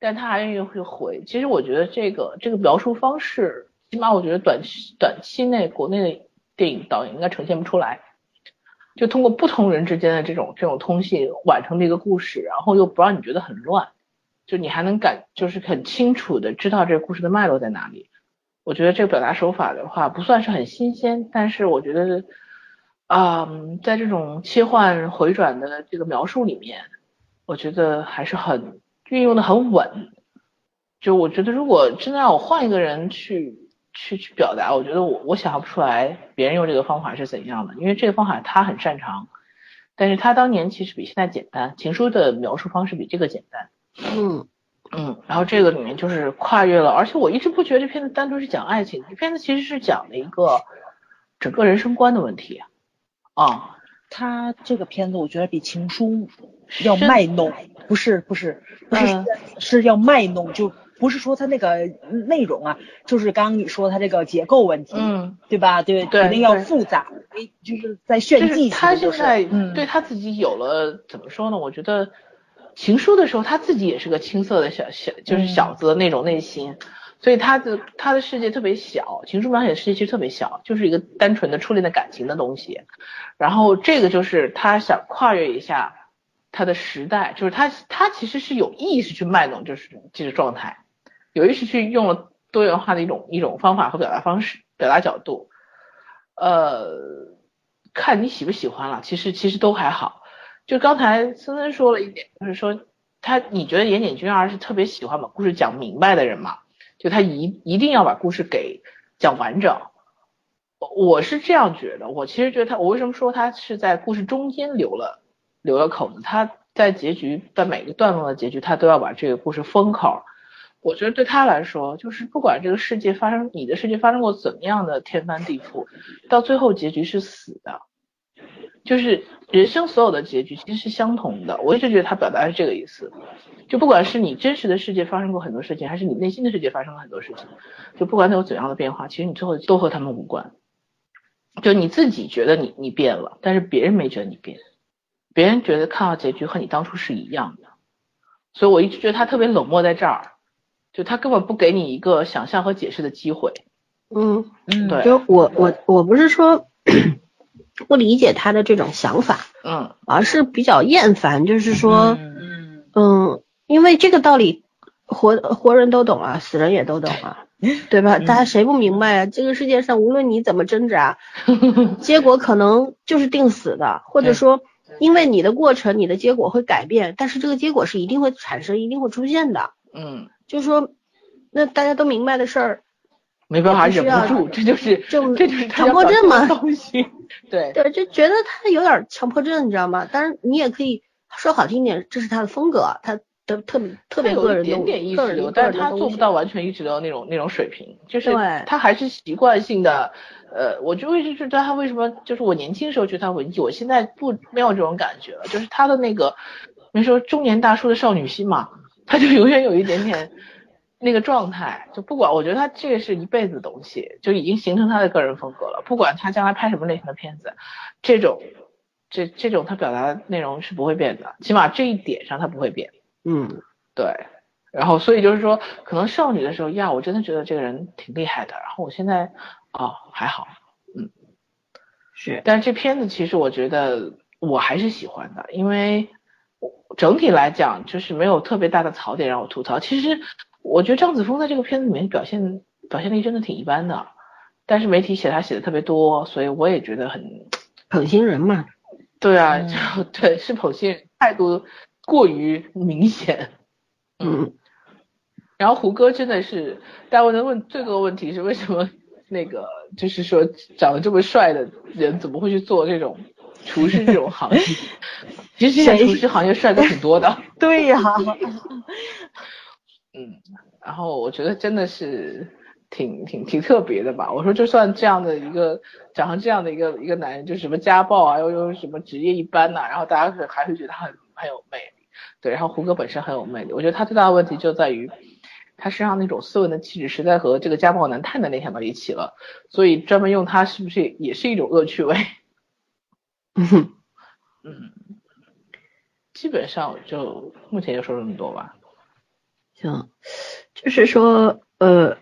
但他还愿意去回。其实我觉得这个这个描述方式，起码我觉得短期短期内国内的电影导演应该呈现不出来。就通过不同人之间的这种这种通信完成的一个故事，然后又不让你觉得很乱，就你还能感就是很清楚的知道这个故事的脉络在哪里。我觉得这个表达手法的话不算是很新鲜，但是我觉得嗯，在这种切换回转的这个描述里面，我觉得还是很运用的很稳。就我觉得如果真的让我换一个人去去去表达，我觉得我我想象不出来别人用这个方法是怎样的，因为这个方法他很擅长，但是他当年其实比现在简单，情书的描述方式比这个简单。 嗯嗯，然后这个里面就是跨越了，而且我一直不觉得这片子单纯是讲爱情，这片子其实是讲的一个整个人生观的问题。啊， 他这个片子我觉得比情书要卖弄，不是不是不是、嗯、是要卖弄，就不是说他那个内容啊，就是刚刚你说他这个结构问题， 嗯， 对吧？对，肯定要复杂，就是在炫技、就是。 他现在嗯对他自己有了、嗯、怎么说呢？我觉得情书的时候他自己也是个青涩的小小，就是小子的那种内心。嗯，所以他的他的世界特别小，情书描写的世界其实特别小，就是一个单纯的初恋的感情的东西。然后这个就是他想跨越一下他的时代，就是他他其实是有意识去卖弄就是这个状态，有意识去用了多元化的一种一种方法和表达方式表达角度。呃，看你喜不喜欢了，其实其实都还好。就刚才森森说了一点，就是说他你觉得岩井俊二是特别喜欢把故事讲明白的人吗？就他一一定要把故事给讲完整，我是这样觉得。我其实觉得他，我为什么说他是在故事中间留了留了口子，他在结局在每个段落的结局他都要把这个故事封口。我觉得对他来说，就是不管这个世界发生你的世界发生过怎么样的天翻地覆，到最后结局是死的，就是人生所有的结局其实是相同的。我一直觉得他表达是这个意思，就不管是你真实的世界发生过很多事情，还是你内心的世界发生了很多事情，就不管它有怎样的变化，其实你最后都和他们无关。就你自己觉得你你变了，但是别人没觉得你变，别人觉得看到结局和你当初是一样的。所以我一直觉得他特别冷漠在这儿，就他根本不给你一个想象和解释的机会。 嗯嗯，对， 就我我我不是说不理解他的这种想法， 嗯， 而是比较厌烦，就是说， 嗯嗯，因为这个道理活活人都懂啊，死人也都懂啊，对吧？大家谁不明白啊？这个世界上无论你怎么挣扎，结果可能就是定死的，或者说因为你的过程，你的结果会改变，但是这个结果是一定会产生，一定会出现的。 嗯， 就是说，那大家都明白的事儿。 没办法忍不住，这就是就这就是强迫症嘛。 对对，就觉得他有点强迫症，你知道吗？当然你也可以说好听点，这是他的风格，他的特别特别个人的点点意识流，但是他做不到完全意识流那种那种水平，就是他还是习惯性的。呃，我就一直觉得他为什么，就是我年轻时候觉得他文艺，我现在不没有这种感觉了，就是他的那个，没说中年大叔的少女心嘛，他就永远有一点点。那个状态，就不管，我觉得他这个是一辈子的东西，就已经形成他的个人风格了。不管他将来拍什么类型的片子，这种这这种他表达的内容是不会变的，起码这一点上他不会变。 嗯， 对。然后所以就是说，可能少女的时候呀，我真的觉得这个人挺厉害的。然后我现在哦还好，嗯， 是。 但是这片子其实我觉得我还是喜欢的，因为整体来讲就是没有特别大的槽点让我吐槽。其实。我觉得张子枫在这个片子里面表现表现力真的挺一般的，但是媒体写他写的特别多，所以我也觉得很捧新人嘛。 对啊，嗯、就对，是捧新人，态度过于明显。 嗯。嗯然后胡歌真的是，大家问的问最多的问题是为什么那个就是说长得这么帅的人怎么会去做这种厨师这种行业？其实现在厨师行业帅哥挺多的。 对呀。 嗯，然后我觉得真的是挺挺挺特别的吧。我说就算这样的一个长成这样的一个一个男人，就什么家暴啊，又又什么职业一般呐、啊，然后大家是还会觉得他很很有魅力。对，然后胡歌本身很有魅力，我觉得他最大的问题就在于他身上那种斯文的气质实在和这个家暴男太难联想到一起了，所以专门用他是不是也是一种恶趣味？ 嗯嗯，基本上就目前就说这么多吧。 行，就是说呃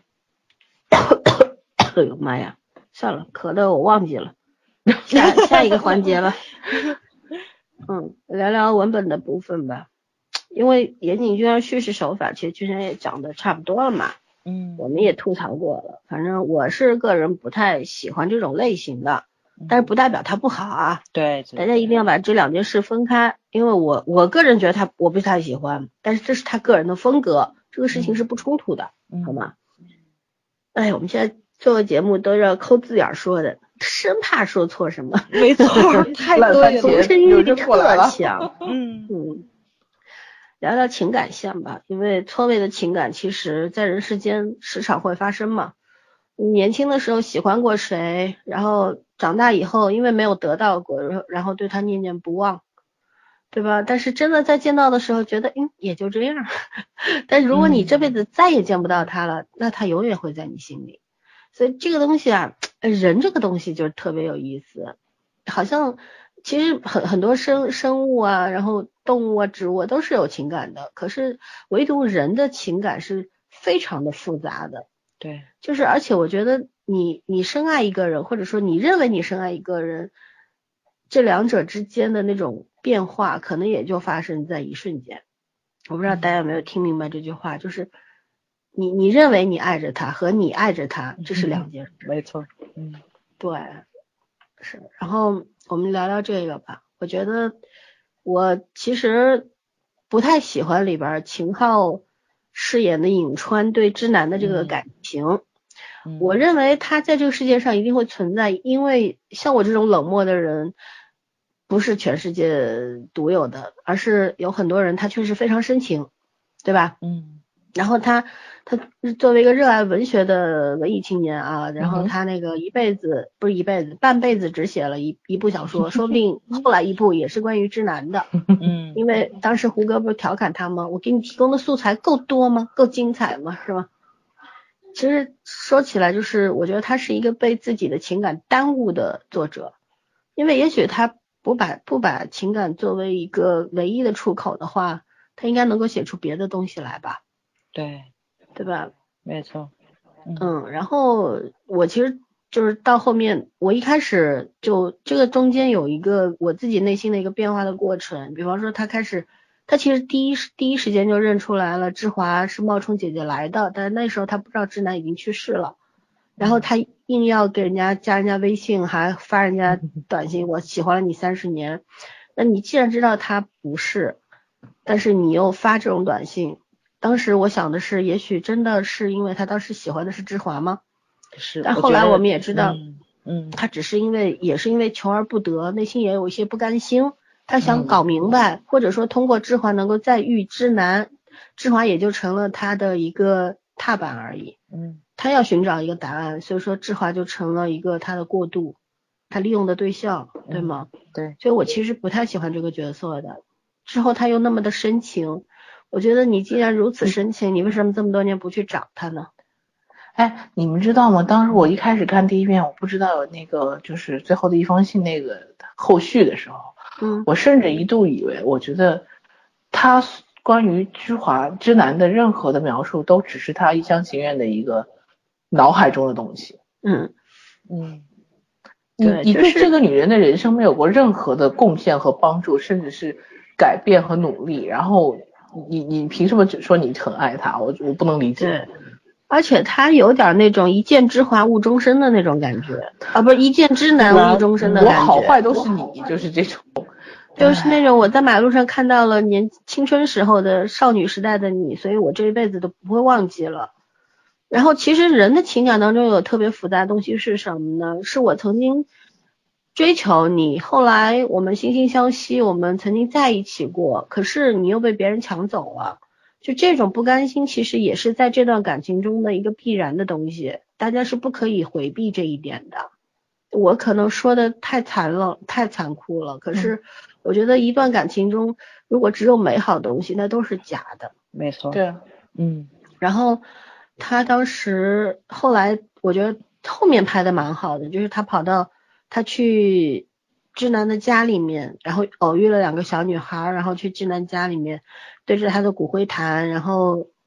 哎呦妈呀，算了，咳的我忘记了，下下一个环节吧。嗯，聊聊文本的部分吧，因为岩井俊二叙事手法其实君山也讲的差不多了嘛， 嗯， 我们也吐槽过了，反正我是个人不太喜欢这种类型的，但是不代表它不好啊， 对， 大家一定要把这两件事分开，因为我我个人觉得他我不太喜欢，但是这是他个人的风格，这个事情是不冲突的， 嗯、 好吗？哎，我们现在做个节目都要抠字眼说的，生怕说错什么。 没错，太对了， 求生欲特强。 嗯嗯，聊聊情感线吧，因为错位的情感其实在人世间时常会发生嘛。年轻的时候喜欢过谁，然后长大以后因为没有得到过，然后对他念念不忘，对吧？但是真的在见到的时候觉得嗯也就这样，但如果你这辈子再也见不到他了，那他永远会在你心里。所以这个东西啊，人这个东西就特别有意思，好像其实很很多生生物啊，然后动物啊、植物啊都是有情感的，可是唯独人的情感是非常的复杂的。 对， 就是而且我觉得你你深爱一个人，或者说你认为你深爱一个人，这两者之间的那种变化可能也就发生在一瞬间。我不知道大家有没有听明白这句话，就是你你认为你爱着他和你爱着他，这是两件事。 没错，嗯， 对，是。然后我们聊聊这个吧。我觉得我其实不太喜欢里边秦昊饰演的颍川对之南的这个感情。嗯，我认为他在这个世界上一定会存在，因为像我这种冷漠的人不是全世界独有的，而是有很多人他确实非常深情，对吧？ 嗯， 然后他他作为一个热爱文学的文艺青年啊，然后他那个一辈子、嗯、不是一辈子半辈子只写了一一部小说，说不定后来一部也是关于之南的。嗯，因为当时胡歌不是调侃他吗？我给你提供的素材够多吗？够精彩吗？是吗？其实说起来，就是我觉得他是一个被自己的情感耽误的作者，因为也许他不把不把情感作为一个唯一的出口的话，他应该能够写出别的东西来吧。 对， 对吧？ 没错。 嗯, 嗯，然后我其实就是到后面，我一开始就这个中间有一个我自己内心的一个变化的过程，比方说他开始。他其实第一第一时间就认出来了志华是冒充姐姐来的，但是那时候他不知道志南已经去世了，然后他硬要给人家加人家微信，还发人家短信，我喜欢了你三十年。那你既然知道他不是，但是你又发这种短信，当时我想的是，也许真的是因为他当时喜欢的是志华吗？ 是， 但后来我们也知道， 嗯，嗯他只是因为也是因为求而不得，内心也有一些不甘心。他想搞明白，嗯、或者说通过志华能够再遇之南，志华也就成了他的一个踏板而已。 嗯， 他要寻找一个答案，所以说志华就成了一个他的过渡，他利用的对象，对吗？ 嗯、对。 所以我其实不太喜欢这个角色的。之后他又那么的深情，我觉得你既然如此深情，你为什么这么多年不去找他呢？ 哎，你们知道吗？当时我一开始看第一遍，我不知道有那个就是最后的一封信那个后续的时候。 嗯， 我甚至一度以为，我觉得他关于之华之南的任何的描述都只是他一厢情愿的一个脑海中的东西。 嗯嗯， 你你对这个女人的人生没有过任何的贡献和帮助，甚至是改变和努力，然后你你凭什么只说你很爱她？我我不能理解。 对，而且他有点那种一见之华误终身的那种感觉啊，不是一见之难误终身的感觉。 我好坏都是你，就是这种。 就是那种我在马路上看到了年青春时候的少女时代的你，所以我这一辈子都不会忘记了。然后其实人的情感当中有特别复杂的东西是什么呢？是我曾经追求你，后来我们惺惺相惜，我们曾经在一起过，可是你又被别人抢走了。就这种不甘心其实也是在这段感情中的一个必然的东西，大家是不可以回避这一点的。我可能说的太残了，太残酷了，可是我觉得一段感情中如果只有美好的东西那都是假的。 没错。 对， 嗯， 然后他当时后来我觉得后面拍的蛮好的，就是他跑到他去志南的家里面，然后偶遇了两个小女孩，然后去志南家里面对着他的骨灰坛，然后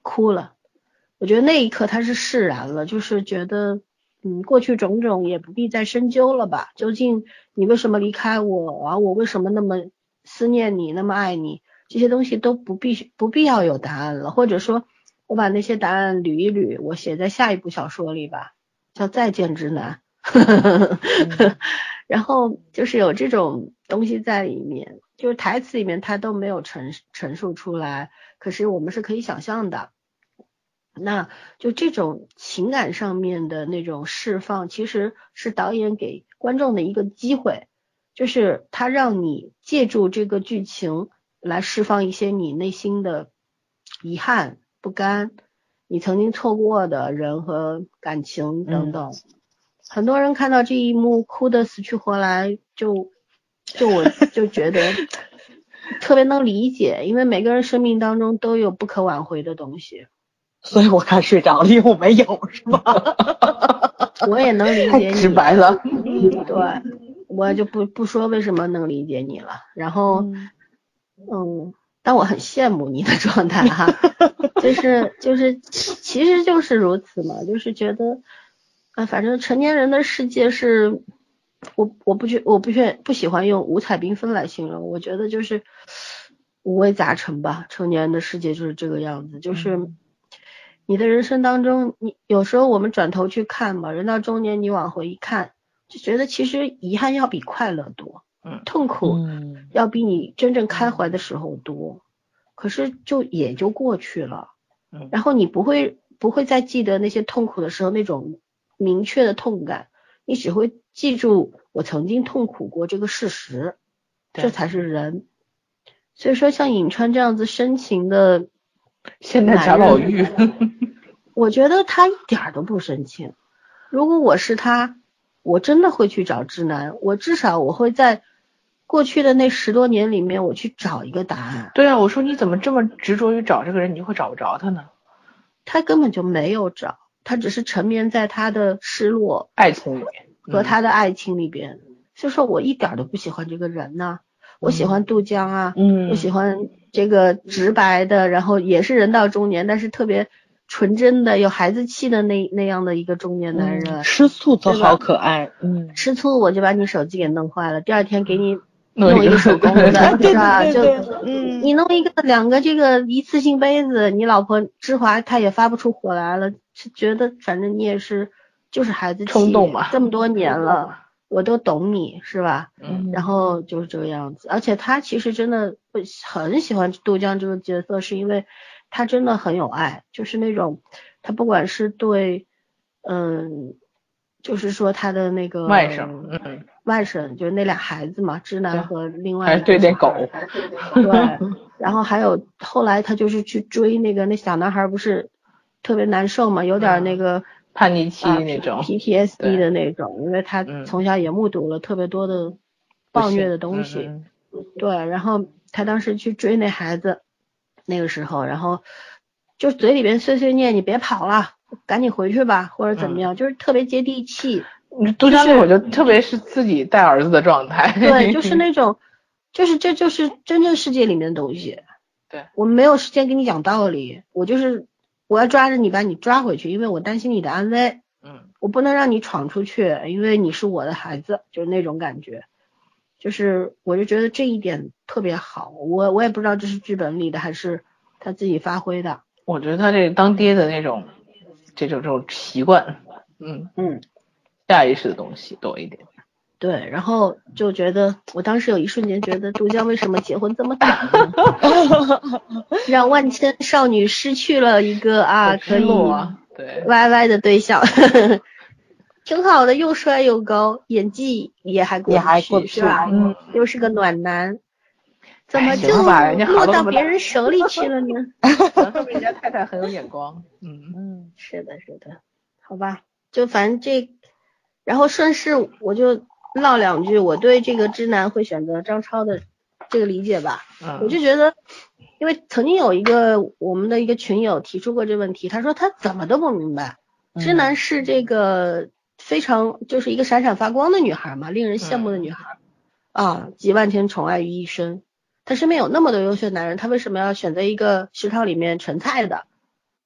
哭了。我觉得那一刻他是释然了，就是觉得嗯，过去种种也不必再深究了吧，究竟你为什么离开我啊，我为什么那么思念你，那么爱你，这些东西都不必不必要有答案了，或者说我把那些答案捋一捋，我写在下一部小说里吧，叫再见之男。嗯、然后就是有这种东西在里面，就是台词里面他都没有陈陈述出来，可是我们是可以想象的。那就这种情感上面的那种释放，其实是导演给观众的一个机会，就是他让你借助这个剧情来释放一些你内心的遗憾、不甘，你曾经错过的人和感情等等。嗯、很多人看到这一幕哭得死去活来，就就我就觉得特别能理解，因为每个人生命当中都有不可挽回的东西。 所以我看睡着了，因为我没有，是吧？ 我也能理解你， 太直白了。 对，我就不不说为什么能理解你了。然后，嗯，嗯但我很羡慕你的状态哈，就是就是其实就是如此嘛，就是觉得，啊，反正成年人的世界是，我我不觉我不愿不喜欢用五彩缤纷来形容，我觉得就是五味杂陈吧。成年人的世界就是这个样子，就是。嗯你的人生当中，你有时候我们转头去看嘛，人到中年你往回一看，就觉得其实遗憾要比快乐多，嗯，痛苦要比你真正开怀的时候多，嗯、可是就也就过去了，嗯，然后你不会不会再记得那些痛苦的时候那种明确的痛感，你只会记住我曾经痛苦过这个事实，这才是人。所以说像尹川这样子深情的。 现在贾宝玉我觉得他一点都不深情。如果我是他，我真的会去找直男，我至少我会在过去的那十多年里面我去找一个答案。 对啊，我说你怎么这么执着于找这个人，你就会找不着他呢？ 他根本就没有找，他只是沉湎在他的失落爱情里面和他的爱情里边，嗯、所以说我一点都不喜欢这个人呢、啊。我喜欢杜江啊，嗯，我喜欢这个直白的，然后也是人到中年，但是特别纯真的、有孩子气的那那样的一个中年男人。 嗯、吃醋都好可爱，嗯， 吃醋我就把你手机给弄坏了，第二天给你弄一个手工的，是吧？就嗯，你弄一个两个这个一次性杯子，你老婆芝华她也发不出火来了，是觉得反正你也是就是孩子气， 冲动嘛， 这么多年了。我都懂你是吧？嗯，然后就是这个样子，而且他其实真的很喜欢杜江这个角色，是因为他真的很有爱，就是那种他不管是对，嗯，就是说他的那个外甥，嗯， 外甥就是那俩孩子嘛，直男和另外还对那狗， 对，然后还有后来他就是去追那个那小男孩，不是特别难受嘛，有点那个。 嗯叛逆期那种、 啊、P T S D 的那种，因为他从小也目睹了特别多的暴虐的东西，嗯嗯对，然后他当时去追那孩子，那个时候，然后就嘴里边碎碎念你别跑了，赶紧回去吧，或者怎么样，嗯、就是特别接地气。 杜江那会儿就特别是自己带儿子的状态， 对，就是那种，就是这就是真正世界里面的东西。 对， 我没有时间跟你讲道理，我就是。我要抓着你把你抓回去，因为我担心你的安危。 嗯， 我不能让你闯出去，因为你是我的孩子，就是那种感觉。就是我就觉得这一点特别好，我我也不知道这是剧本里的还是他自己发挥的。 我觉得他这当爹的那种这种这种习惯，嗯嗯， 下意识的东西多一点。 对，然后就觉得我当时有一瞬间觉得杜江为什么结婚这么早呢？让万千少女失去了一个啊可以对 Y Y 的对象，挺好的，又帅又高，演技也还过去，是吧？嗯，又是个暖男，怎么就落到别人手里去了呢？ 说明人家太太很有眼光。嗯嗯，是的，是的，好吧，就反正这，然后顺势我就。唠两句我对这个直男会选择张超的这个理解吧，嗯，我就觉得，因为曾经有一个我们的一个群友提出过这问题，他说他怎么都不明白，直男是这个非常就是一个闪闪发光的女孩嘛，令人羡慕的女孩，嗯、啊，集万千宠爱于一身，他身边有那么多优秀男人，他为什么要选择一个食堂里面盛菜的，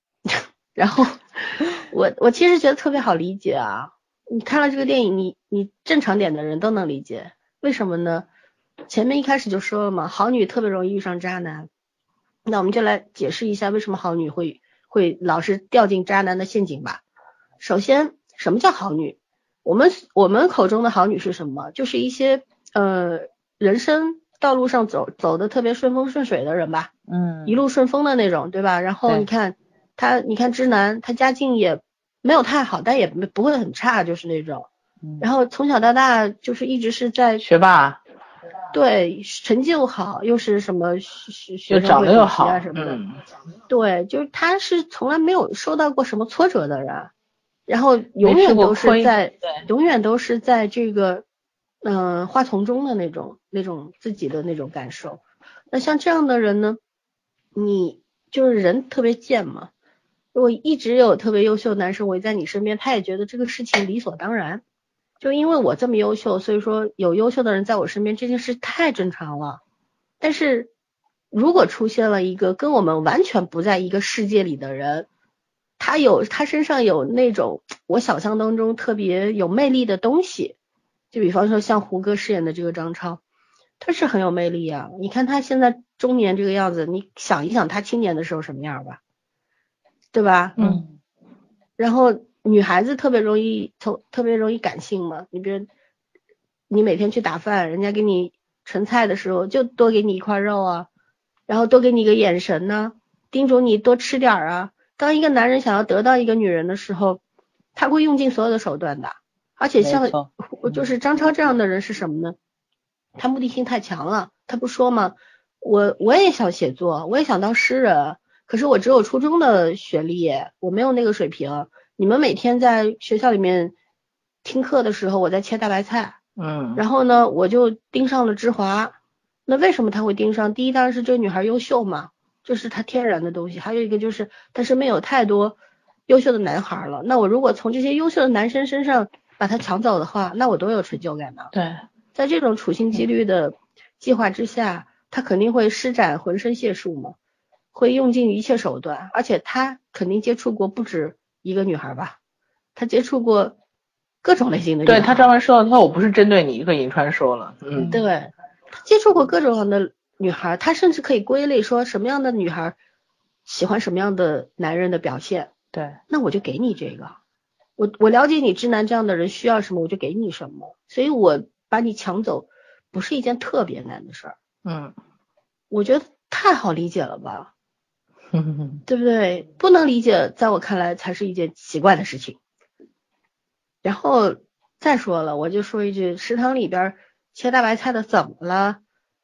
然后我我其实觉得特别好理解啊，你看了这个电影，你你正常点的人都能理解，为什么呢？前面一开始就说了嘛，好女特别容易遇上渣男，那我们就来解释一下为什么好女会会老是掉进渣男的陷阱吧。首先，什么叫好女？我们我们口中的好女是什么？就是一些呃人生道路上走走的特别顺风顺水的人吧， 嗯， 一路顺风的那种，对吧？然后你看他，你看直男，他家境也没有太好，但也不会很差，就是那种。然后从小到大就是一直是在学霸， 对，成绩又好，又是什么学学长得又好啊什么的， 嗯， 对，就是他是从来没有受到过什么挫折的人，然后永远都是在，永远都是在这个嗯、呃、花丛中的那种那种自己的那种感受。那像这样的人呢，你就是人特别贱嘛，如果一直有特别优秀的男生围在你身边，他也觉得这个事情理所当然。就因为我这么优秀，所以说有优秀的人在我身边，这件事太正常了。但是如果出现了一个跟我们完全不在一个世界里的人，他有他身上有那种我想象当中特别有魅力的东西，就比方说像胡歌饰演的这个张超，他是很有魅力啊。你看他现在中年这个样子，你想一想他青年的时候什么样吧，对吧？ 嗯。 然后女孩子特别容易特特别容易感性嘛，你比如你每天去打饭，人家给你盛菜的时候就多给你一块肉啊，然后多给你一个眼神呢，叮嘱你多吃点啊。当一个男人想要得到一个女人的时候，他会用尽所有的手段的。而且像就是张超这样的人是什么呢？他目的性太强了，他不说吗？我我也想写作，我也想当诗人，可是我只有初中的学历，我没有那个水平。你们每天在学校里面听课的时候，我在切大白菜， 嗯， 然后呢，我就盯上了芝华。那为什么他会盯上？第一当然是这个女孩优秀嘛，这是她天然的东西。还有一个就是她身边有太多优秀的男孩了。那我如果从这些优秀的男生身上把他抢走的话，那我多有成就感呢？ 对， 在这种处心积虑的计划之下，他肯定会施展浑身解数嘛，会用尽一切手段，而且他肯定接触过不止一个女孩吧，他接触过各种类型的女孩。 对，他专门说了，他说我不是针对你一个银川说了，嗯， 对，他接触过各种样的女孩，他甚至可以归类说什么样的女孩喜欢什么样的男人的表现。 对， 那我就给你这个，我我了解你直男这样的人需要什么，我就给你什么，所以我把你抢走不是一件特别难的事儿。 嗯， 我觉得太好理解了吧，对不对？不能理解，在我看来才是一件奇怪的事情。然后再说了，我就说一句，食堂里边切大白菜的怎么了？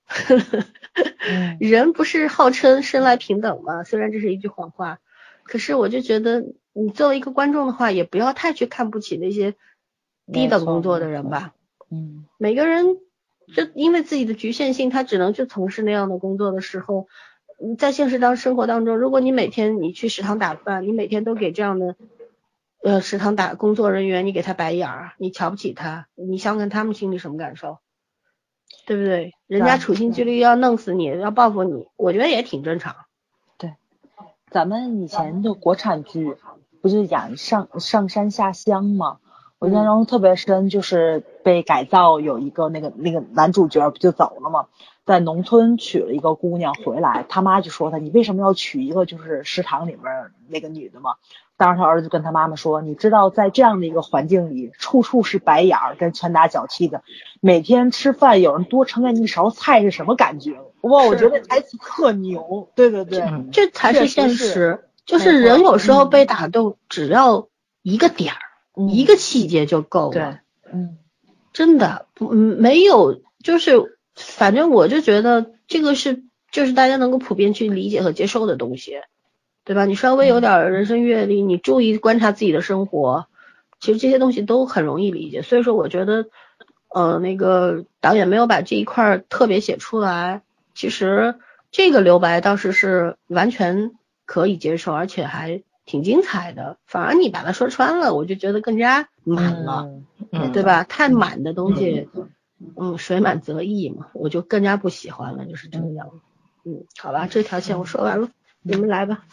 人不是号称生来平等吗？虽然这是一句谎话，可是我就觉得你作为一个观众的话，也不要太去看不起那些低等工作的人吧。 嗯， 每个人就因为自己的局限性，他只能去从事那样的工作的时候，在现实当生活当中，如果你每天你去食堂打饭，你每天都给这样的呃食堂打工作人员，你给他白眼儿，你瞧不起他，你想想他们心里什么感受？对不对？人家处心积虑要弄死你，要报复你，我觉得也挺正常。 对，咱们以前的国产剧不是演上上山下乡吗？我印象中特别深，就是被改造有一个那个那个男主角不就走了吗？在农村娶了一个姑娘回来，他妈就说他，你为什么要娶一个就是食堂里面那个女的吗？当时他儿子就跟他妈妈说，你知道在这样的一个环境里，处处是白眼儿跟拳打脚踢的，每天吃饭有人多盛给你一勺菜是什么感觉？哇，我觉得台词特牛。对对对， 这才是现实，就是人有时候被打动，只要一个点儿。嗯、一个细节就够了， 嗯， 真的，嗯，没有，就是反正我就觉得这个是就是大家能够普遍去理解和接受的东西，对吧？你稍微有点人生阅历，你注意观察自己的生活，其实这些东西都很容易理解。所以说，我觉得，呃，那个导演没有把这一块特别写出来，其实这个留白倒是是完全可以接受，而且还挺精彩的，反而你把它说穿了，我就觉得更加满了， 嗯、 对吧？太满的东西，嗯，水满则溢嘛，我就更加不喜欢了，就是这样。嗯，好吧，这条线我说完了，你们来吧。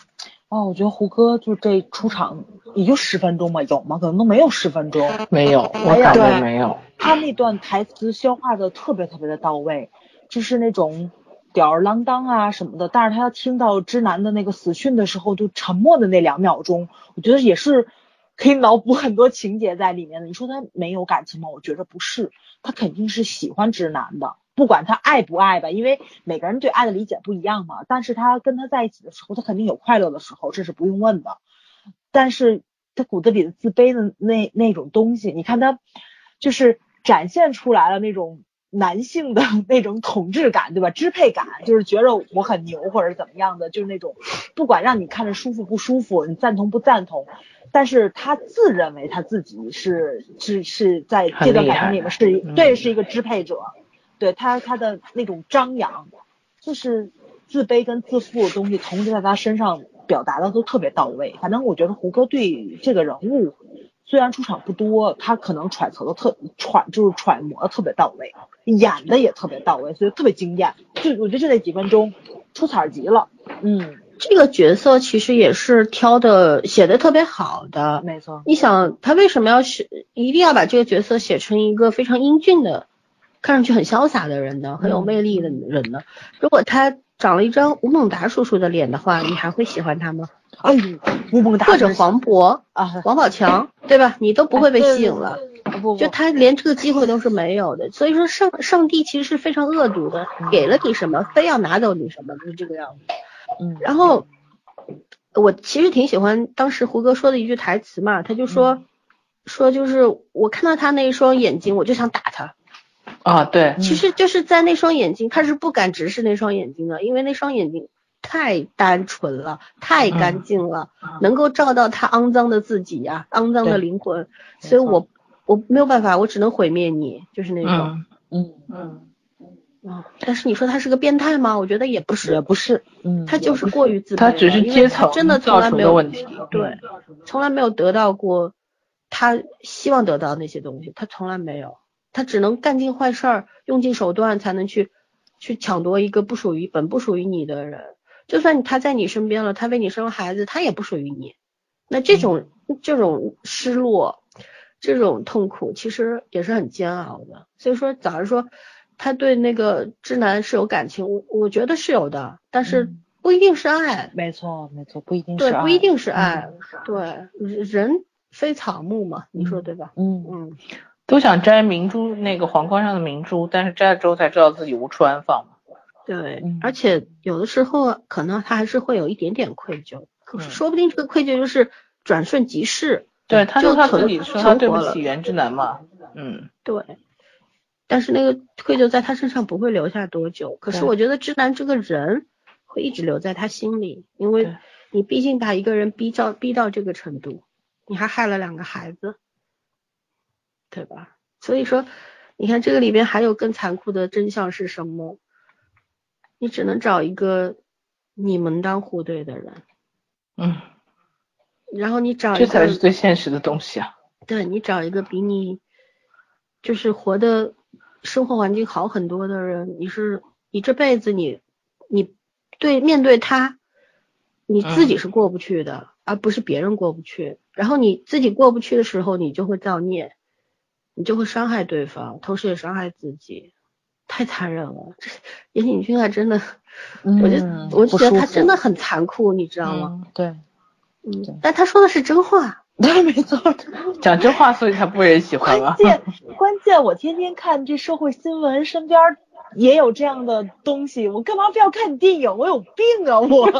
哦，我觉得胡歌就这出场也就十分钟吧，有吗？可能都没有十分钟。 没有，我感觉没有。 他那段台词消化的特别特别的到位，就是那种吊儿郎当啊什么的，但是他听到之南的那个死讯的时候就沉默的那两秒钟，我觉得也是可以脑补很多情节在里面的。你说他没有感情吗？我觉得不是，他肯定是喜欢之南的，不管他爱不爱吧，因为每个人对爱的理解不一样嘛。但是他跟他在一起的时候，他肯定有快乐的时候，这是不用问的。但是他骨子里的自卑的那那种东西，你看他就是展现出来了那种男性的那种统治感，对吧？支配感，就是觉得我很牛或者怎么样的，就是那种不管让你看着舒服不舒服，你赞同不赞同，但是他自认为他自己是是是在这段感情里面是对是一个支配者，对他他的那种张扬，就是自卑跟自负的东西同时在他身上表达的都特别到位。反正我觉得胡歌对这个人物虽然出场不多，他可能揣测的特揣就是揣摩的特别到位，演的也特别到位，所以特别惊艳。就我觉得就那几分钟出彩极了。嗯， 这个角色其实也是挑的写的特别好的。 没错。 你想他为什么要写一定要把这个角色写成一个非常英俊的，看上去很潇洒的人呢，很有魅力的人呢？如果他长了一张吴孟达叔叔的脸的话，你还会喜欢他吗？ 哎呦，吴孟达或者黄渤啊， 王宝强，对吧？你都不会被吸引了。 哎、不不就他连这个机会都是没有的。所以说上上帝其实是非常恶毒的，给了你什么，非要拿走你什么，就是这个样子。 嗯， 然后我其实挺喜欢当时胡歌说的一句台词嘛，他就说、嗯、说就是我看到他那一双眼睛，我就想打他。 啊，对， 其实就是在那双眼睛，他是不敢直视那双眼睛的，因为那双眼睛太单纯了，太干净了、嗯、能够照到他肮脏的自己呀、啊，肮脏的灵魂，所以我我没有办法，我只能毁灭你，就是那种嗯嗯嗯，但是你说他是个变态吗？我觉得也不是， 也不是， 嗯，他就是过于自卑了， 他只是阶层真的从来没有问题， 对，从来没有得到过他希望得到那些东西，他从来没有，他只能干尽坏事儿，用尽手段才能去去抢夺一个不属于本不属于你的人，就算他在你身边了，他为你生了孩子，他也不属于你，那这种、嗯、这种失落，这种痛苦其实也是很煎熬的。所以说早上说他对那个之南是有感情，我我觉得是有的，但是不一定是爱。 嗯、没错没错，不一定是爱， 对，不一定是爱、嗯、对，人非草木嘛，你说对吧？ 嗯嗯， 都想摘明珠，那个皇冠上的明珠，但是摘了之后才知道自己无处安放。 对、嗯、而且有的时候可能他还是会有一点点愧疚、嗯、说不定这个愧疚就是转瞬即逝。 对，他说他自己说他对不起袁之南嘛。嗯， 对，但是那个愧疚在他身上不会留下多久，可是我觉得之南这个人会一直留在他心里，因为你毕竟把一个人逼到逼到这个程度，你还害了两个孩子，对吧？所以说你看这个里边还有更残酷的真相是什么？你只能找一个你门当户对的人， 嗯， 然后你找一个， 这才是最现实的东西啊。 对，你找一个比你就是活的生活环境好很多的人，你是你这辈子你你对面对他你自己是过不去的、嗯、而不是别人过不去，然后你自己过不去的时候你就会造孽，你就会伤害对方，同时也伤害自己，太残忍了。言情剧还真的、嗯、我觉得我觉得他真的很残酷，你知道吗？ 嗯、对嗯，但他说的是真话。 对，没错， 讲真话，所以才不人喜欢嘛。 关键关键，我天天看这社会新闻，身边也有这样的东西，我干嘛非要看电影？我有病啊！我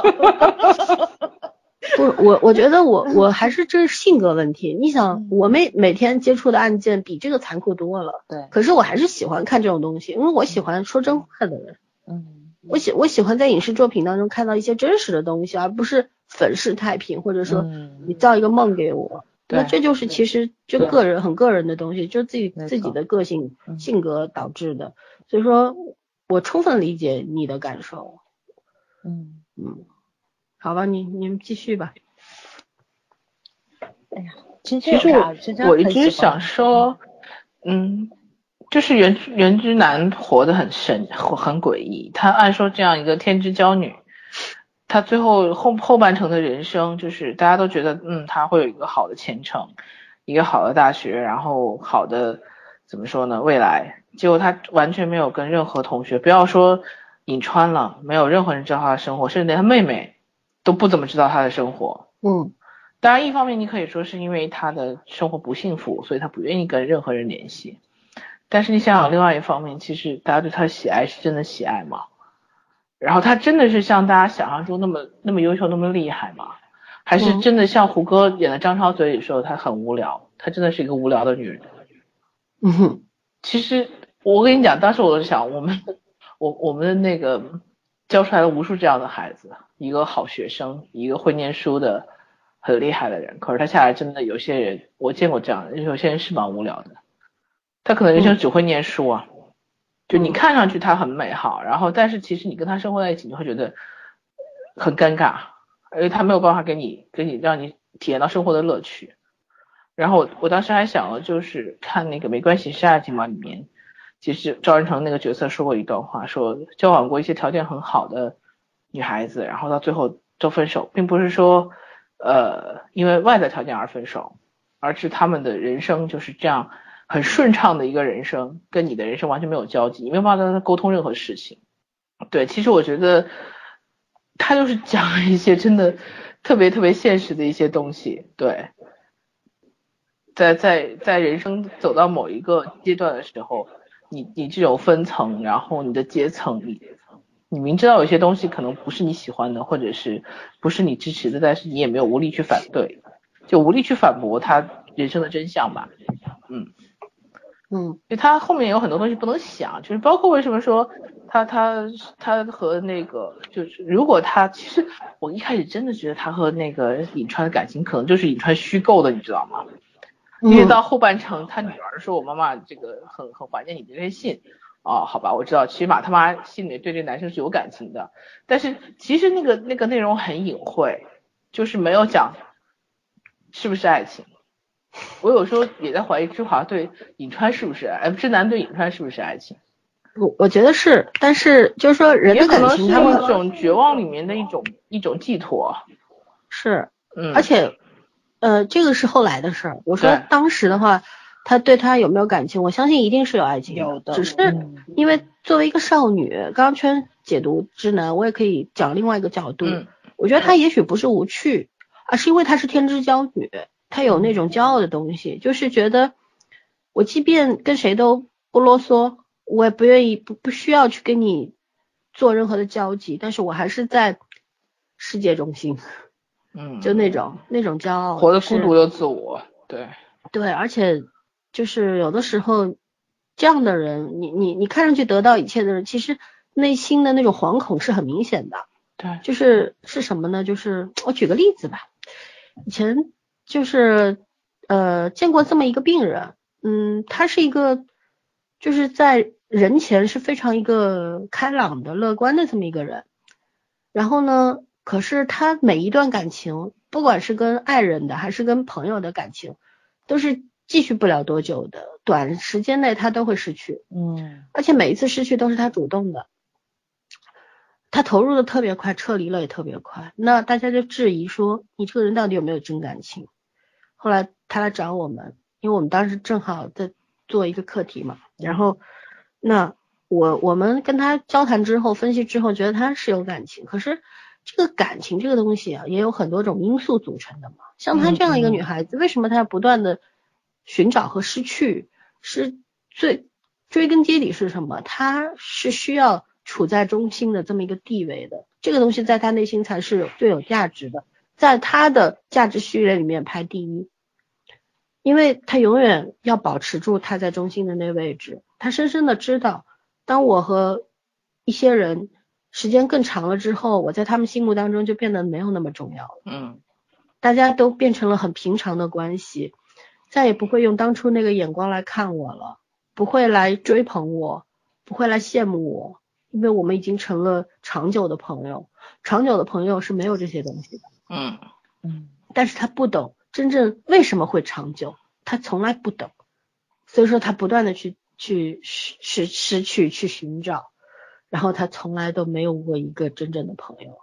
不，我我觉得我我还是这是性格问题。你想，我每每天接触的案件比这个残酷多了， 对。 可是我还是喜欢看这种东西，因为我喜欢说真话的人。 嗯， 我喜我喜欢在影视作品当中看到一些真实的东西，而不是粉饰太平，或者说你造一个梦给我。嗯、那这就是其实就个人很个人的东西，就自己自己的个性性格导致的。所以说我充分理解你的感受。 嗯嗯，好吧，你你们继续吧。 哎呀，其实我我一直想说，嗯。就是袁袁之南活得很神，很诡异。他按说这样一个天之娇女， 他最后后后半程的人生，就是大家都觉得嗯他会有一个好的前程，一个好的大学，然后好的怎么说呢未来，结果他完全没有跟任何同学，不要说颍川了，没有任何人知道他的生活，甚至连他妹妹都不怎么知道他的生活。 嗯， 当然一方面你可以说是因为他的生活不幸福，所以他不愿意跟任何人联系，但是你想想另外一方面，其实大家对他的喜爱是真的喜爱吗？然后他真的是像大家想象中那么那么优秀那么厉害吗？还是真的像胡歌演的张超嘴里说他很无聊，他真的是一个无聊的女人。 嗯哼， 其实我跟你讲，当时我就想我们我我们的那个教出来了无数这样的孩子，一个好学生，一个会念书的很厉害的人，可是他下来真的有些人我见过这样的，有些人是蛮无聊的，他可能人生只会念书啊。就你看上去他很美好，然后但是其实你跟他生活在一起你会觉得很尴尬，因为他没有办法给你给你让你体验到生活的乐趣。然后我我当时还想了，就是看那个没关系是爱情嘛里面，其实赵仁成那个角色说过一段话，说交往过一些条件很好的女孩子，然后到最后都分手，并不是说呃因为外在条件而分手，而是他们的人生就是这样很顺畅的一个人生，跟你的人生完全没有交集，你没有办法跟他沟通任何事情。对，其实我觉得他就是讲了一些真的特别特别现实的一些东西。对，在在在人生走到某一个阶段的时候，你你这种分层，然后你的阶层，你你明知道有些东西可能不是你喜欢的，或者是不是你支持的，但是你也没有无力去反对，就无力去反驳他人生的真相吧。嗯。 嗯， 就他后面有很多东西不能想，就是包括为什么说他他他和那个就是如果他其实我一开始真的觉得他和那个颍川的感情可能就是颍川虚构的，你知道吗？因为到后半程他女儿说我妈妈这个很很怀念你的这些信，哦好吧我知道起码他妈心里对这个男生是有感情的，但是其实那个那个内容很隐晦，就是没有讲是不是爱情。我有时候也在怀疑芝华对颍川是不是爱，芝南对颍川是不是爱情？ 我我觉得是，但是就是说人的感情， 他们一种绝望里面的一种一种寄托。 是， 嗯， 而且呃这个是后来的事儿。我说当时的话，他对他有没有感情？我相信一定是有爱情的， 有的。 只是因为作为一个少女，刚刚圈解读芝南，我也可以讲另外一个角度。 嗯， 我觉得他也许不是无趣，而是因为他是天之骄女。他有那种骄傲的东西，就是觉得我即便跟谁都不啰嗦，我也不愿意不不需要去跟你做任何的交集，但是我还是在世界中心， 嗯， 就那种那种骄傲， 活得孤独又自我，对对，而且就是有的时候这样的人，你你你看上去得到一切的人，其实内心的那种惶恐是很明显的。 对， 就是是什么呢？就是我举个例子吧，以前。就是呃见过这么一个病人，嗯，他是一个就是在人前是非常一个开朗的乐观的这么一个人，然后呢可是他每一段感情不管是跟爱人的还是跟朋友的感情都是继续不了多久的，短时间内他都会失去， 嗯， 而且每一次失去都是他主动的，他投入的特别快，撤离了也特别快，那大家就质疑说你这个人到底有没有真感情。后来他来找我们，因为我们当时正好在做一个课题嘛，然后那我我们跟他交谈之后分析之后觉得他是有感情，可是这个感情这个东西啊也有很多种因素组成的嘛，像她这样一个女孩子，为什么她要不断的寻找和失去，是最追根结底是什么？她是需要处在中心的这么一个地位的，这个东西在她内心才是最有价值的，在她的价值序列里面排第一，因为她永远要保持住她在中心的那位置。她深深的知道，当我和一些人时间更长了之后，我在他们心目当中就变得没有那么重要了。 嗯， 大家都变成了很平常的关系，再也不会用当初那个眼光来看我了，不会来追捧我，不会来羡慕我，因为我们已经成了长久的朋友。长久的朋友是没有这些东西的。 嗯嗯，但是他不懂真正为什么会长久，他从来不懂，所以说他不断的去去失失去去寻找，然后他从来都没有过一个真正的朋友。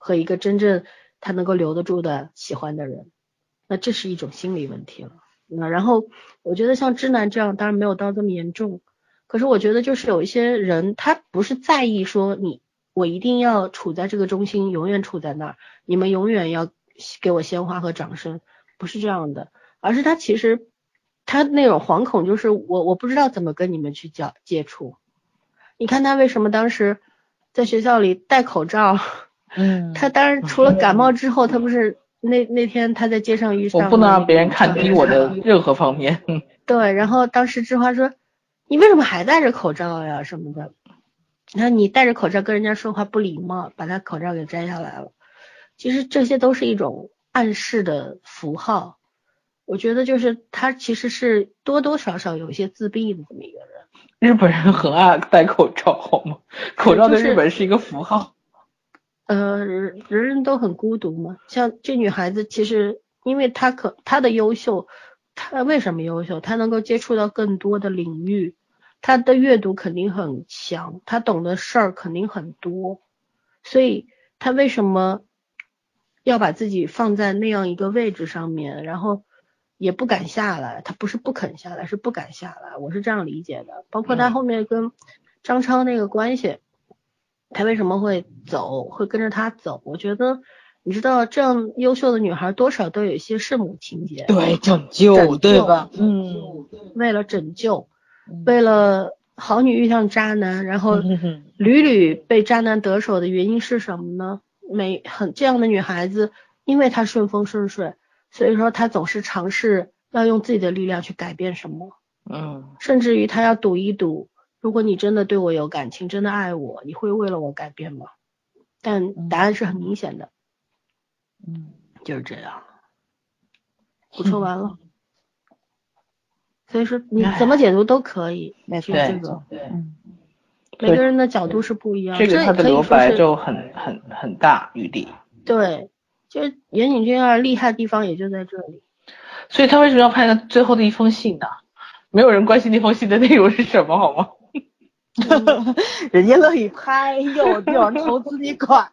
和一个真正他能够留得住的喜欢的人，那这是一种心理问题了。那然后我觉得像知南这样当然没有到这么严重，可是我觉得就是有一些人他不是在意说你我一定要处在这个中心，永远处在那儿，你们永远要给我鲜花和掌声，不是这样的，而是他其实他那种惶恐就是我我不知道怎么跟你们去交接触。你看他为什么当时在学校里戴口罩，嗯，他当然除了感冒之后，他不是那那天他在街上遇上， 我不能让别人看低我的任何方面。 对，然后当时知花说你为什么还戴着口罩呀什么的，然后你戴着口罩跟人家说话不礼貌，把他口罩给摘下来了。其实这些都是一种暗示的符号，我觉得就是他其实是多多少少有一些自闭的这么一个人。 日本人很爱戴口罩好吗？口罩在日本是一个符号。 就是、呃人人都很孤独嘛，像这女孩子其实因为她可她的优秀，她为什么优秀？她能够接触到更多的领域，她的阅读肯定很强，她懂的事儿肯定很多，所以她为什么要把自己放在那样一个位置上面，然后也不敢下来，他不是不肯下来，是不敢下来，我是这样理解的。包括他后面跟张超那个关系，他为什么会走，会跟着他走，我觉得你知道这样优秀的女孩多少都有一些圣母情节， 对，拯救， 拯救对吧？ 嗯，为了拯救，为了好女遇上渣男，然后屡屡被渣男得手的原因是什么呢？每很这样的女孩子，因为她顺风顺水，所以说她总是尝试要用自己的力量去改变什么， 嗯， 甚至于她要赌一赌，如果你真的对我有感情，真的爱我，你会为了我改变吗？但答案是很明显的，嗯，就是这样。我说完了，所以说你怎么解读都可以， 没错， 这个， 嗯， 每个人的角度是不一样， 这个他的留白就很很很大余地。 对，就是岩井俊二厉害的地方也就在这里。 所以他为什么要拍那最后的一封信呢？没有人关心那封信的内容是什么，好吗？ 人家乐意拍，又有人投资你款。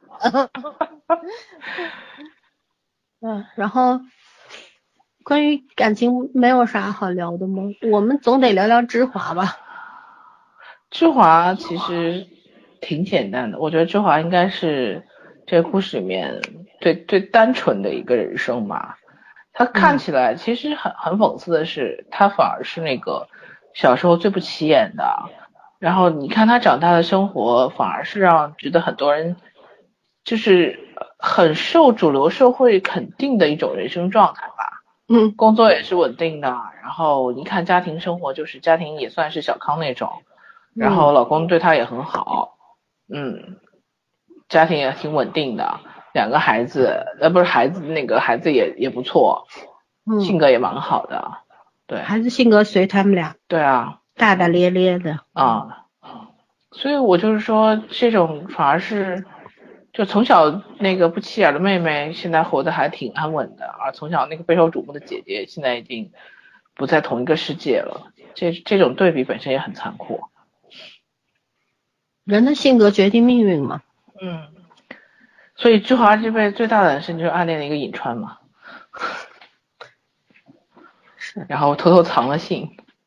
嗯，然后关于感情没有啥好聊的吗？我们总得聊聊芝华吧。 芝华其实挺简单的，我觉得芝华应该是这个故事里面最最单纯的一个人生吧。他看起来其实很很讽刺的是，他反而是那个小时候最不起眼的，然后你看他长大的生活，反而是让觉得很多人就是很受主流社会肯定的一种人生状态吧。 嗯， 工作也是稳定的，然后你看家庭生活，就是家庭也算是小康那种，然后老公对他也很好，嗯，家庭也挺稳定的。两个孩子，呃，不是孩子，那个孩子也也不错，嗯，性格也蛮好的，对， 孩子性格随他们俩， 对啊， 大大咧咧的啊，所以我就是说，这种反而是，就从小那个不起眼的妹妹，现在活得还挺安稳的，而从小那个备受瞩目的姐姐，现在已经不在同一个世界了，这这种对比本身也很残酷。 人的性格决定命运嘛， 嗯。所以芝华这辈子最大的事就是暗恋了一个颍川嘛， 是， 然后偷偷藏了信。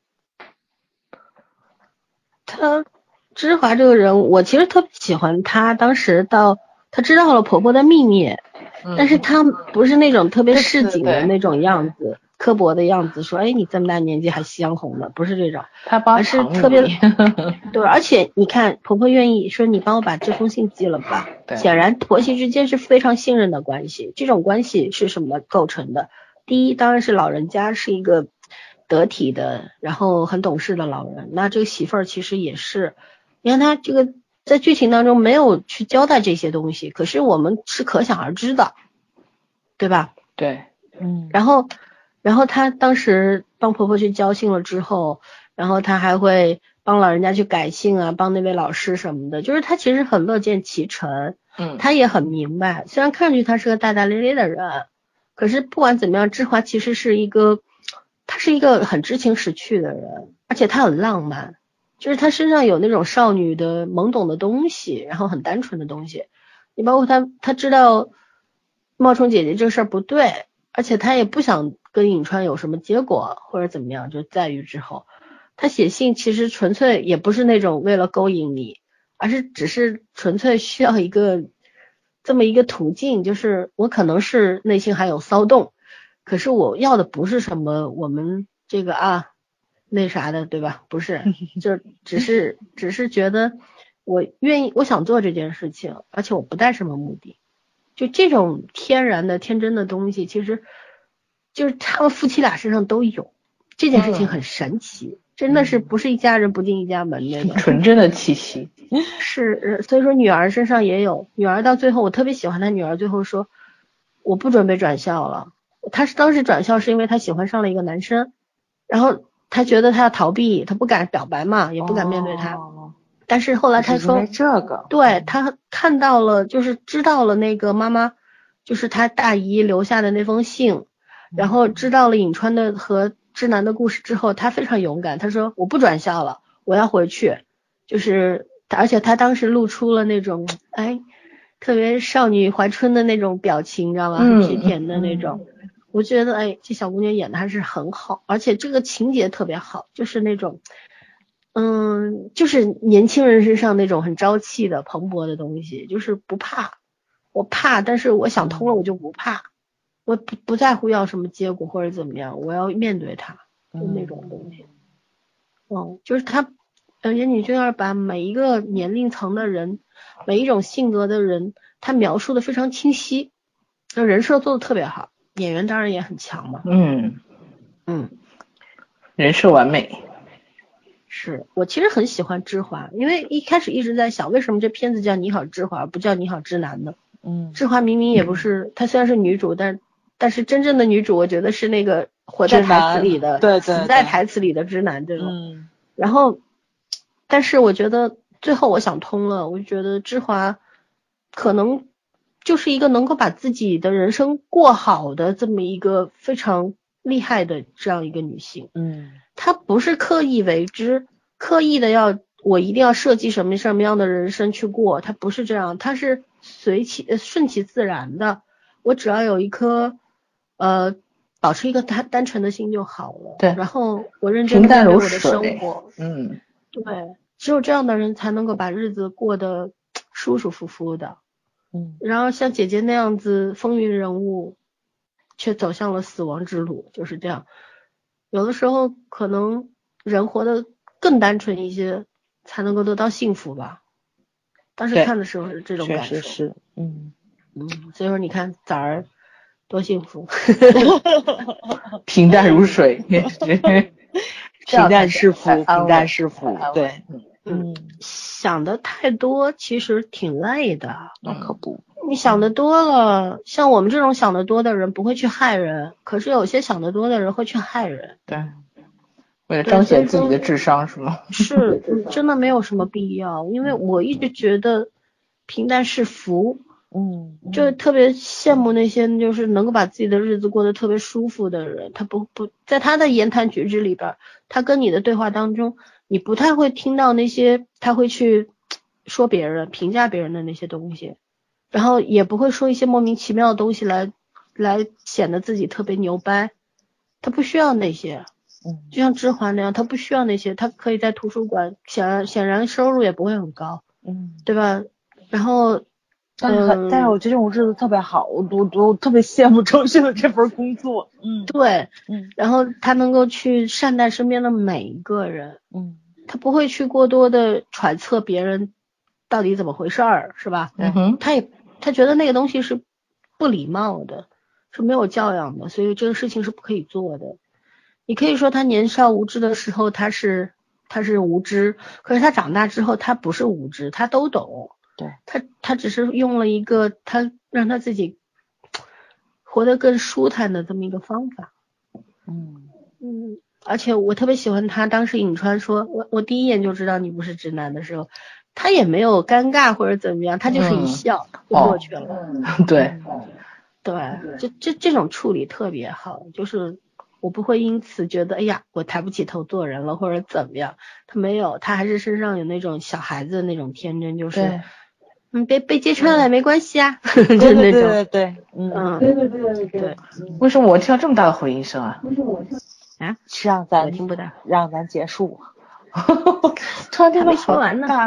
他芝华这个人，我其实特别喜欢他。当时到他知道了婆婆的秘密，嗯、但是他不是那种特别市井的那种样子，刻薄的样子，说哎你这么大年纪还吸洋红的，不是这种， 他帮而是特别对，而且你看婆婆愿意说你帮我把这封信寄了吧，显然婆媳之间是非常信任的关系。这种关系是什么构成的？第一当然是老人家是一个得体的，然后很懂事的老人，那这个媳妇儿其实也是，你看他这个在剧情当中没有去交代这些东西，可是我们是可想而知的，对吧？ 对， 嗯，然后然后他当时帮婆婆去交信了之后，然后他还会帮老人家去改信啊，帮那位老师什么的，就是他其实很乐见其成， 嗯， 他也很明白，虽然看上去他是个大大咧咧的人，可是不管怎么样，芝华其实是一个他是一个很知情识趣的人，而且他很浪漫，就是他身上有那种少女的懵懂的东西，然后很单纯的东西， 你包括他他知道冒充姐姐这事儿不对，而且他也不想跟颍川有什么结果或者怎么样，就在于之后他写信其实纯粹也不是那种为了勾引你，而是只是纯粹需要一个这么一个途径，就是我可能是内心还有骚动，可是我要的不是什么我们这个啊那啥的，对吧？不是，就只是只是觉得我愿意，我想做这件事情，而且我不带什么目的，就这种天然的天真的东西，其实就是他们夫妻俩身上都有，这件事情很神奇，嗯、真的是不是一家人不进一家门那种纯真的气息。 是，所以说女儿身上也有，女儿到最后我特别喜欢她女儿最后说我不准备转校了，她是当时转校是因为她喜欢上了一个男生，然后她觉得她要逃避，她不敢表白嘛，也不敢面对他。哦，但是后来她说， 因为这个， 对，她看到了，就是知道了那个妈妈，就是她大姨留下的那封信，然后知道了颍川的和知南的故事之后，她非常勇敢，她说我不转校了，我要回去，就是，而且她当时露出了那种，哎，特别少女怀春的那种表情，你知道吗？很甜甜的那种。嗯，我觉得，哎，这小姑娘演的还是很好，而且这个情节特别好，就是那种。嗯，就是年轻人身上那种很朝气的蓬勃的东西，就是不怕，我怕，但是我想通了我就不怕，我不不在乎要什么结果或者怎么样，我要面对它，就那种东西。嗯，就是他，呃，任景君儿把每一个年龄层的人，每一种性格的人，他描述的非常清晰，那人设做的特别好，演员当然也很强嘛。 嗯嗯， 人设完美。 是我其实很喜欢芝华，因为一开始一直在想，为什么这片子叫你好芝华不叫你好之南呢？嗯，芝华明明也不是，她虽然是女主，但但是真正的女主，我觉得是那个活在台词里的， 对对， 死在台词里的之南，对吧？ 嗯。 然后，但是我觉得最后我想通了，我就觉得芝华可能就是一个能够把自己的人生过好的这么一个非常厉害的这样一个女性。 嗯。 她不是刻意为之，刻意的要我一定要设计什么什么样的人生去过，她不是这样，她是随其呃顺其自然的，我只要有一颗呃保持一个单单纯的心就好了。 对， 然后我认真面对我的生活。 嗯， 对，只有这样的人才能够把日子过得舒舒服服的。 嗯， 然后像姐姐那样子风云人物，却走向了死亡之路，就是这样。有的时候可能人活得更单纯一些，才能够得到幸福吧。当时看的时候是这种感受。 确实是，嗯嗯，所以说你看崽儿多幸福， 平淡如水， 平淡是福，平淡是福，对， 嗯，想的太多其实挺累的。 那可不。 你想的多了，像我们这种想的多的人不会去害人，可是有些想的多的人会去害人。 对，为了彰显自己的智商是吗？ 是，真的没有什么必要，因为我一直觉得平淡是福。 嗯， 就特别羡慕那些就是能够把自己的日子过得特别舒服的人，他不不在他的言谈举止里边，他跟你的对话当中，你不太会听到那些他会去说别人评价别人的那些东西，然后也不会说一些莫名其妙的东西来来显得自己特别牛掰，他不需要那些。 嗯， 就像芝华那样，他不需要那些，他可以在图书馆，显然显然收入也不会很高， 嗯， 对吧？然后但是很，嗯、但是我觉得这种日子特别好，我我我特别羡慕周迅的这份工作。嗯， 对， 嗯， 然后他能够去善待身边的每一个人， 嗯， 他不会去过多的揣测别人到底怎么回事儿，是吧？ 嗯哼， 他也他觉得那个东西是不礼貌的，是没有教养的，所以这个事情是不可以做的。你可以说他年少无知的时候他是他是无知，可是他长大之后他不是无知，他都懂。 对， 他他只是用了一个他让他自己活得更舒坦的这么一个方法。 嗯嗯，而且我特别喜欢他当时颍川说我我第一眼就知道你不是直男的时候，他也没有尴尬或者怎么样，他就是一笑、嗯、就过去了、 哦、对对，这这这种处理特别好，就是我不会因此觉得哎呀我抬不起头做人了或者怎么样，他没有，他还是身上有那种小孩子的那种天真，就是嗯，被被揭穿了也没关系啊， 对就那种。 对对对，嗯， 对对对对对。 为什么我听到这么大的回音声啊？ 为什么我听啊？ 是让咱我听不到， 让咱结束。 突然听到还没说完呢。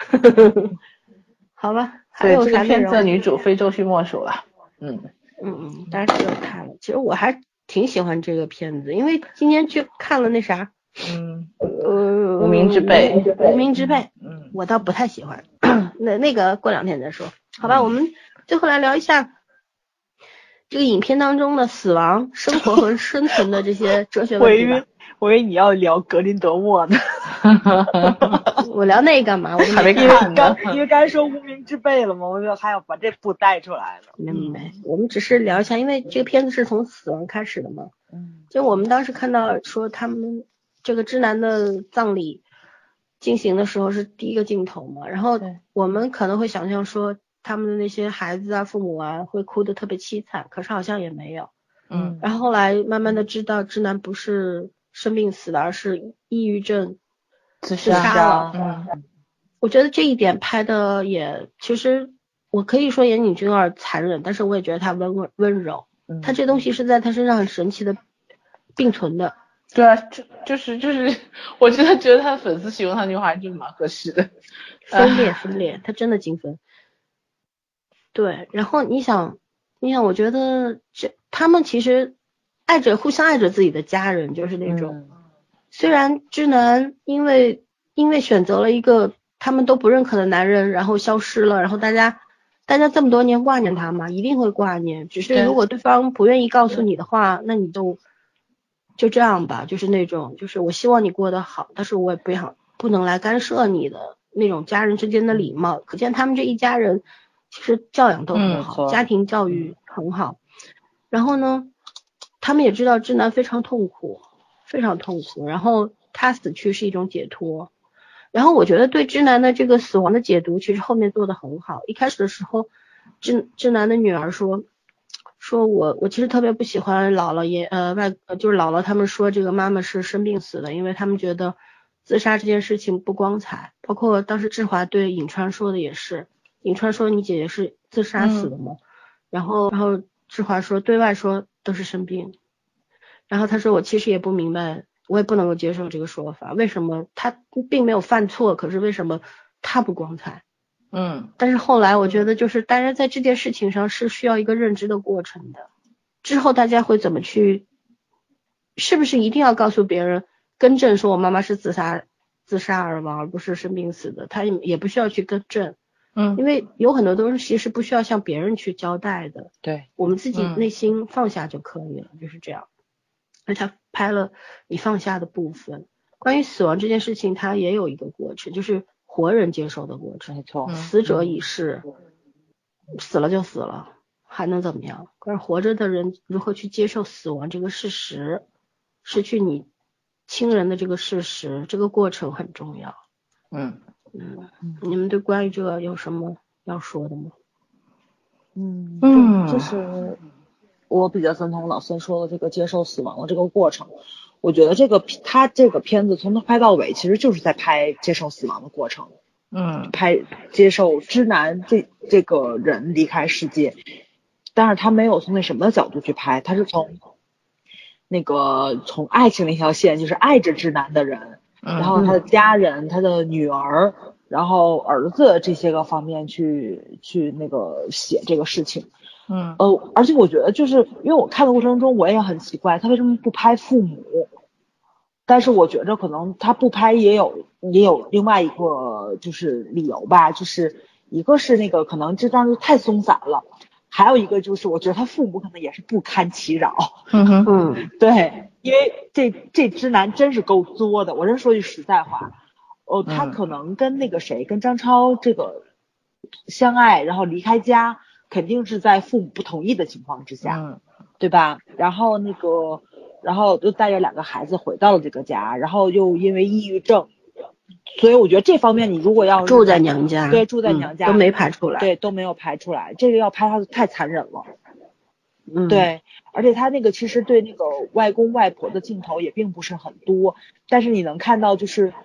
好吧，还有啥内容？ 对，这个片子的女主非周须莫属了。嗯嗯嗯，当然是有她了。其实我还挺喜欢这个片子，因为今天去看了那啥， 嗯， 呃， 无名之辈， 无名之辈， 嗯， 我倒不太喜欢。那那个过两天再说，好吧？嗯、我们最后来聊一下这个影片当中的死亡、生活和生存的这些哲学问题吧。 我以为你要聊格林德沃呢。 我聊那干嘛？我还没看呢。 因为刚才说无名之辈了嘛，我就还要把这部带出来了。 没没，我们只是聊一下，因为这个片子是从死亡开始的嘛。嗯，就我们当时看到说他们这个知南的葬礼进行的时候是第一个镜头嘛，然后我们可能会想象说他们的那些孩子啊、父母啊会哭得特别凄惨，可是好像也没有。嗯，然后后来慢慢的知道知南不是生病死的，而是抑郁症自杀了。嗯，我觉得这一点拍的也，其实我可以说岩井俊二残忍，但是我也觉得他温温柔。嗯，他这东西是在他身上很神奇的并存的。 对啊，就就是就是，我真的觉得他的粉丝喜欢他那句话就是蛮合适的。 分裂分裂，他真的精分。对，然后你想，你想，我觉得这他们其实爱着互相爱着自己的家人，就是那种。嗯，虽然知南因为因为选择了一个他们都不认可的男人，然后消失了，然后大家大家这么多年挂念他嘛，一定会挂念。只是如果对方不愿意告诉你的话，那你都就这样吧，就是那种，就是我希望你过得好，但是我也不想不能来干涉你的那种家人之间的礼貌。可见他们这一家人其实教养都很好，嗯、家庭教育很好。然后呢，他们也知道知南非常痛苦。非常痛苦，然后他死去是一种解脱，然后我觉得对知南的这个死亡的解读其实后面做得很好。一开始的时候知知南的女儿说说我我其实特别不喜欢姥姥爷呃外就是姥姥他们说这个妈妈是生病死的，因为他们觉得自杀这件事情不光彩，包括当时志华对颍川说的也是，颍川说你姐姐是自杀死的嘛、嗯、然后然后志华说对外说都是生病，然后他说我其实也不明白，我也不能够接受这个说法，为什么他并没有犯错，可是为什么他不光彩？嗯，但是后来我觉得就是大家在这件事情上是需要一个认知的过程的，之后大家会怎么去，是不是一定要告诉别人更正说我妈妈是自杀自杀而亡而不是生病死的，他也不需要去更正。嗯，因为有很多东西是不需要向别人去交代的，对，我们自己内心放下就可以了、嗯、就是这样。而他拍了你放下的部分。关于死亡这件事情，它也有一个过程，就是活人接受的过程。没错，死者已逝、嗯，死了就死了，还能怎么样？可是活着的人如何去接受死亡这个事实，失去你亲人的这个事实，这个过程很重要。嗯嗯，你们对关于这个有什么要说的吗？ 嗯嗯，就是我比较赞同老孙说的这个接受死亡的这个过程。我觉得这个他这个片子从头拍到尾其实就是在拍接受死亡的过程。嗯，拍接受知南这这个人离开世界，但是他没有从那什么的角度去拍，他是从那个从爱情那条线，就是爱着知南的人，然后他的家人、他的女儿，然后儿子这些个方面去去那个写这个事情。嗯，呃，而且我觉得就是因为我看的过程中我也很奇怪，他为什么不拍父母？但是我觉着可能他不拍也有也有另外一个就是理由吧，就是一个是那个可能这张就太松散了，还有一个就是我觉得他父母可能也是不堪其扰。嗯哼，嗯，对，因为这这知南真是够作的，我真说句实在话，哦，他可能跟那个谁跟张超这个相爱，然后离开家。肯定是在父母不同意的情况之下，嗯，对吧？然后那个，然后又带着两个孩子回到了这个家，然后又因为抑郁症，所以我觉得这方面你如果要住在娘家， 对，住在娘家、 嗯、都没拍出来， 对，都没有拍出来，这个要拍他太残忍了，嗯，对，而且他那个其实对那个外公外婆的镜头也并不是很多，但是你能看到就是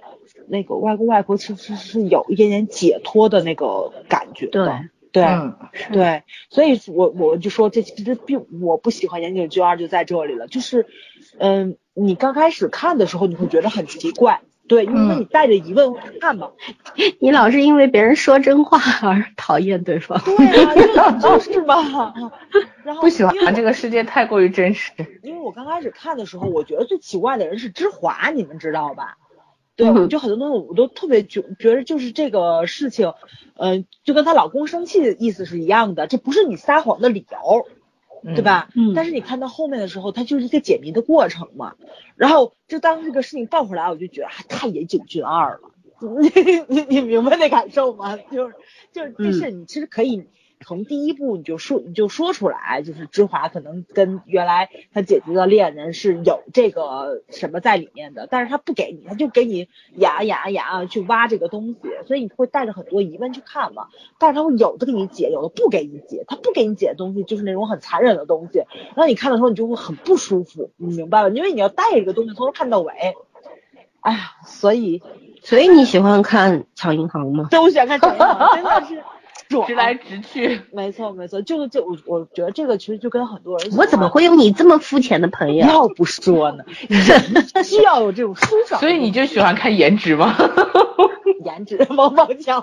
那个外公外婆其实是有一点点解脱的那个感觉的。对，对， 嗯， 对，所以我我就说这其实并我不喜欢岩井俊二就在这里了，就是嗯，你刚开始看的时候你会觉得很奇怪，对，因为你带着疑问看嘛， 你老是因为别人说真话而讨厌对方。 对啊，就就是嘛。然后不喜欢这个世界太过于真实。 因为我刚开始看的时候，我觉得最奇怪的人是芝华，你们知道吧？对，我就很多东西我都特别觉觉得就是这个事情，呃，就跟她老公生气的意思是一样的，这不是你撒谎的理由。对吧？ 嗯， 但是你看到后面的时候，它就是一个解谜的过程嘛。然后就当这个事情倒回来，我就觉得太岩井俊二了。你你你明白那感受吗？就是就是这事你其实可以从第一步你就说你就说出来，就是芝华可能跟原来他姐姐的恋人是有这个什么在里面的，但是他不给你，他就给你呀呀呀去挖这个东西，所以你会带着很多疑问去看嘛。但是他会有的给你解，有的不给你解，他不给你解的东西就是那种很残忍的东西，然后你看的时候你就会很不舒服，你明白吧？因为你要带着一个东西从头看到尾。哎呀，所以所以你喜欢看抢银行吗？ 对，我喜欢看抢银行，真的是直来直去。 没错没错，就就我我觉得这个其实就跟很多人， 我怎么会有你这么肤浅的朋友？ 要不说呢，人需要有这种舒爽。 所以你就喜欢看颜值吗？ 颜值王宝强。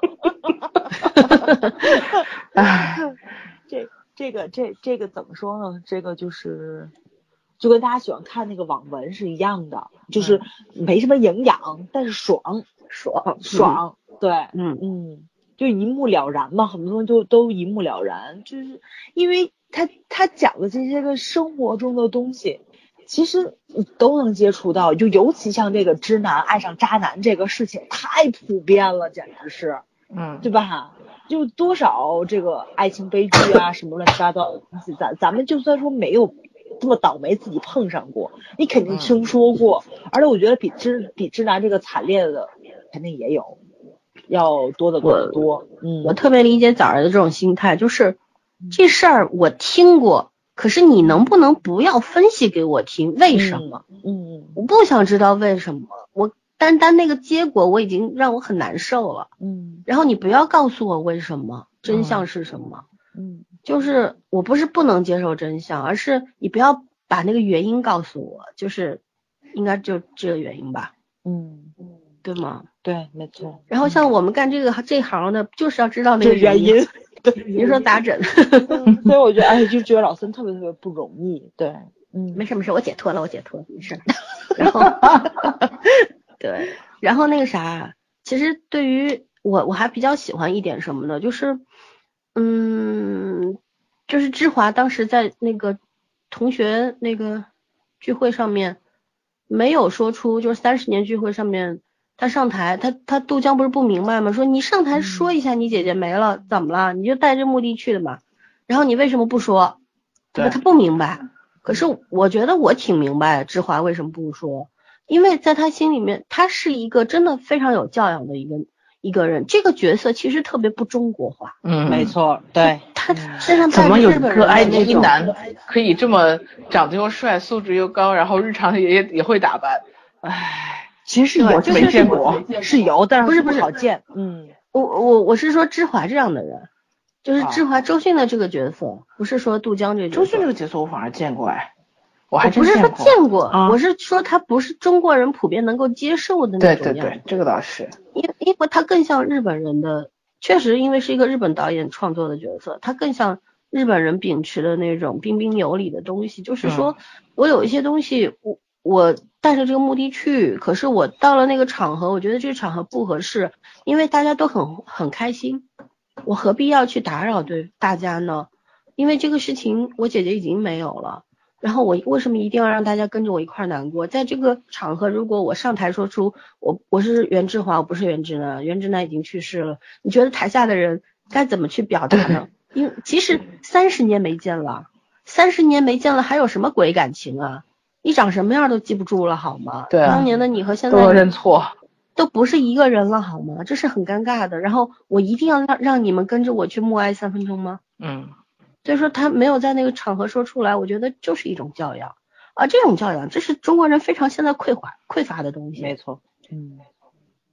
这这个这这个怎么说呢？这个就是就跟大家喜欢看那个网文是一样的，就是没什么营养，但是爽爽爽。嗯、对， 嗯嗯，就一目了然嘛，很多东西都都一目了然，就是因为他他讲的这些个生活中的东西，其实你都能接触到，就尤其像这个知男爱上渣男这个事情太普遍了，简直是， 嗯， 对吧？就多少这个爱情悲剧啊，什么乱七八糟的东西，咱咱们就算说没有这么倒霉自己碰上过，你肯定听说过，嗯、而且我觉得比知比知男这个惨烈的肯定也有，要多得多得多。嗯， 我特别理解早儿的这种心态，就是这事儿我听过，可是你能不能不要分析给我听为什么？ 嗯，嗯我不想知道为什么，我单单那个结果我已经让我很难受了。 嗯， 然后你不要告诉我为什么，真相是什么。 嗯， 就是我不是不能接受真相，而是你不要把那个原因告诉我，就是应该就这个原因吧。 嗯， 对吗？ 对，没错。 然后像我们干这个这行的，就是要知道那个原因。对， 比如说打疹。 所以我觉得，哎，就觉得老森特别特别不容易。对，嗯， 没事没事，我解脱了，我解脱了，没事。然后，对，然后那个啥，其实对于我，我还比较喜欢一点什么呢？就是，嗯，就是芝华当时在那个同学那个聚会上面，没有说出，就是三十年聚会上面。他上台，他他杜江不是不明白吗？说你上台说一下你姐姐没了，嗯、怎么了？你就带着目的去的嘛。然后你为什么不说？对吧？他不明白。可是我觉得我挺明白芝华为什么不说，因为在他心里面，他是一个真的非常有教养的一个一个人。这个角色其实特别不中国化。 嗯， 没错，对。 他身上怎么有一个 I T 男可以这么长得又帅，素质又高，然后日常也也会打扮？唉。 其实有， 没见过， 是有，但是不是不好见。嗯， 我我我是说芝华这样的人，就是芝华周迅的这个角色，不是说杜江这个角色。 周迅这个角色我反而见过哎，我还不是说见过， 啊、 我是说他不是中国人普遍能够接受的那种样。 对对对，这个倒是。 因因为他更像日本人的，确实因为是一个日本导演创作的角色，他更像日本人秉持的那种彬彬有礼的东西，就是说、嗯、我有一些东西我。我带着这个目的去，可是我到了那个场合，我觉得这个场合不合适，因为大家都很很开心，我何必要去打扰对大家呢？因为这个事情我姐姐已经没有了，然后我为什么一定要让大家跟着我一块难过？在这个场合，如果我上台说出我我是袁志华，我不是袁志南，袁志南已经去世了，你觉得台下的人该怎么去表达呢？因为其实三十年没见了，三十年没见了，还有什么鬼感情啊？你长什么样都记不住了好吗？ 对啊， 当年的你和现在都认错， 都不是一个人了好吗？这是很尴尬的。然后我一定要让让你们跟着我去默哀三分钟吗？ 嗯， 所以说他没有在那个场合说出来，我觉得就是一种教养，而这种教养，这是中国人非常现在匮乏匮乏的东西。 没错，嗯，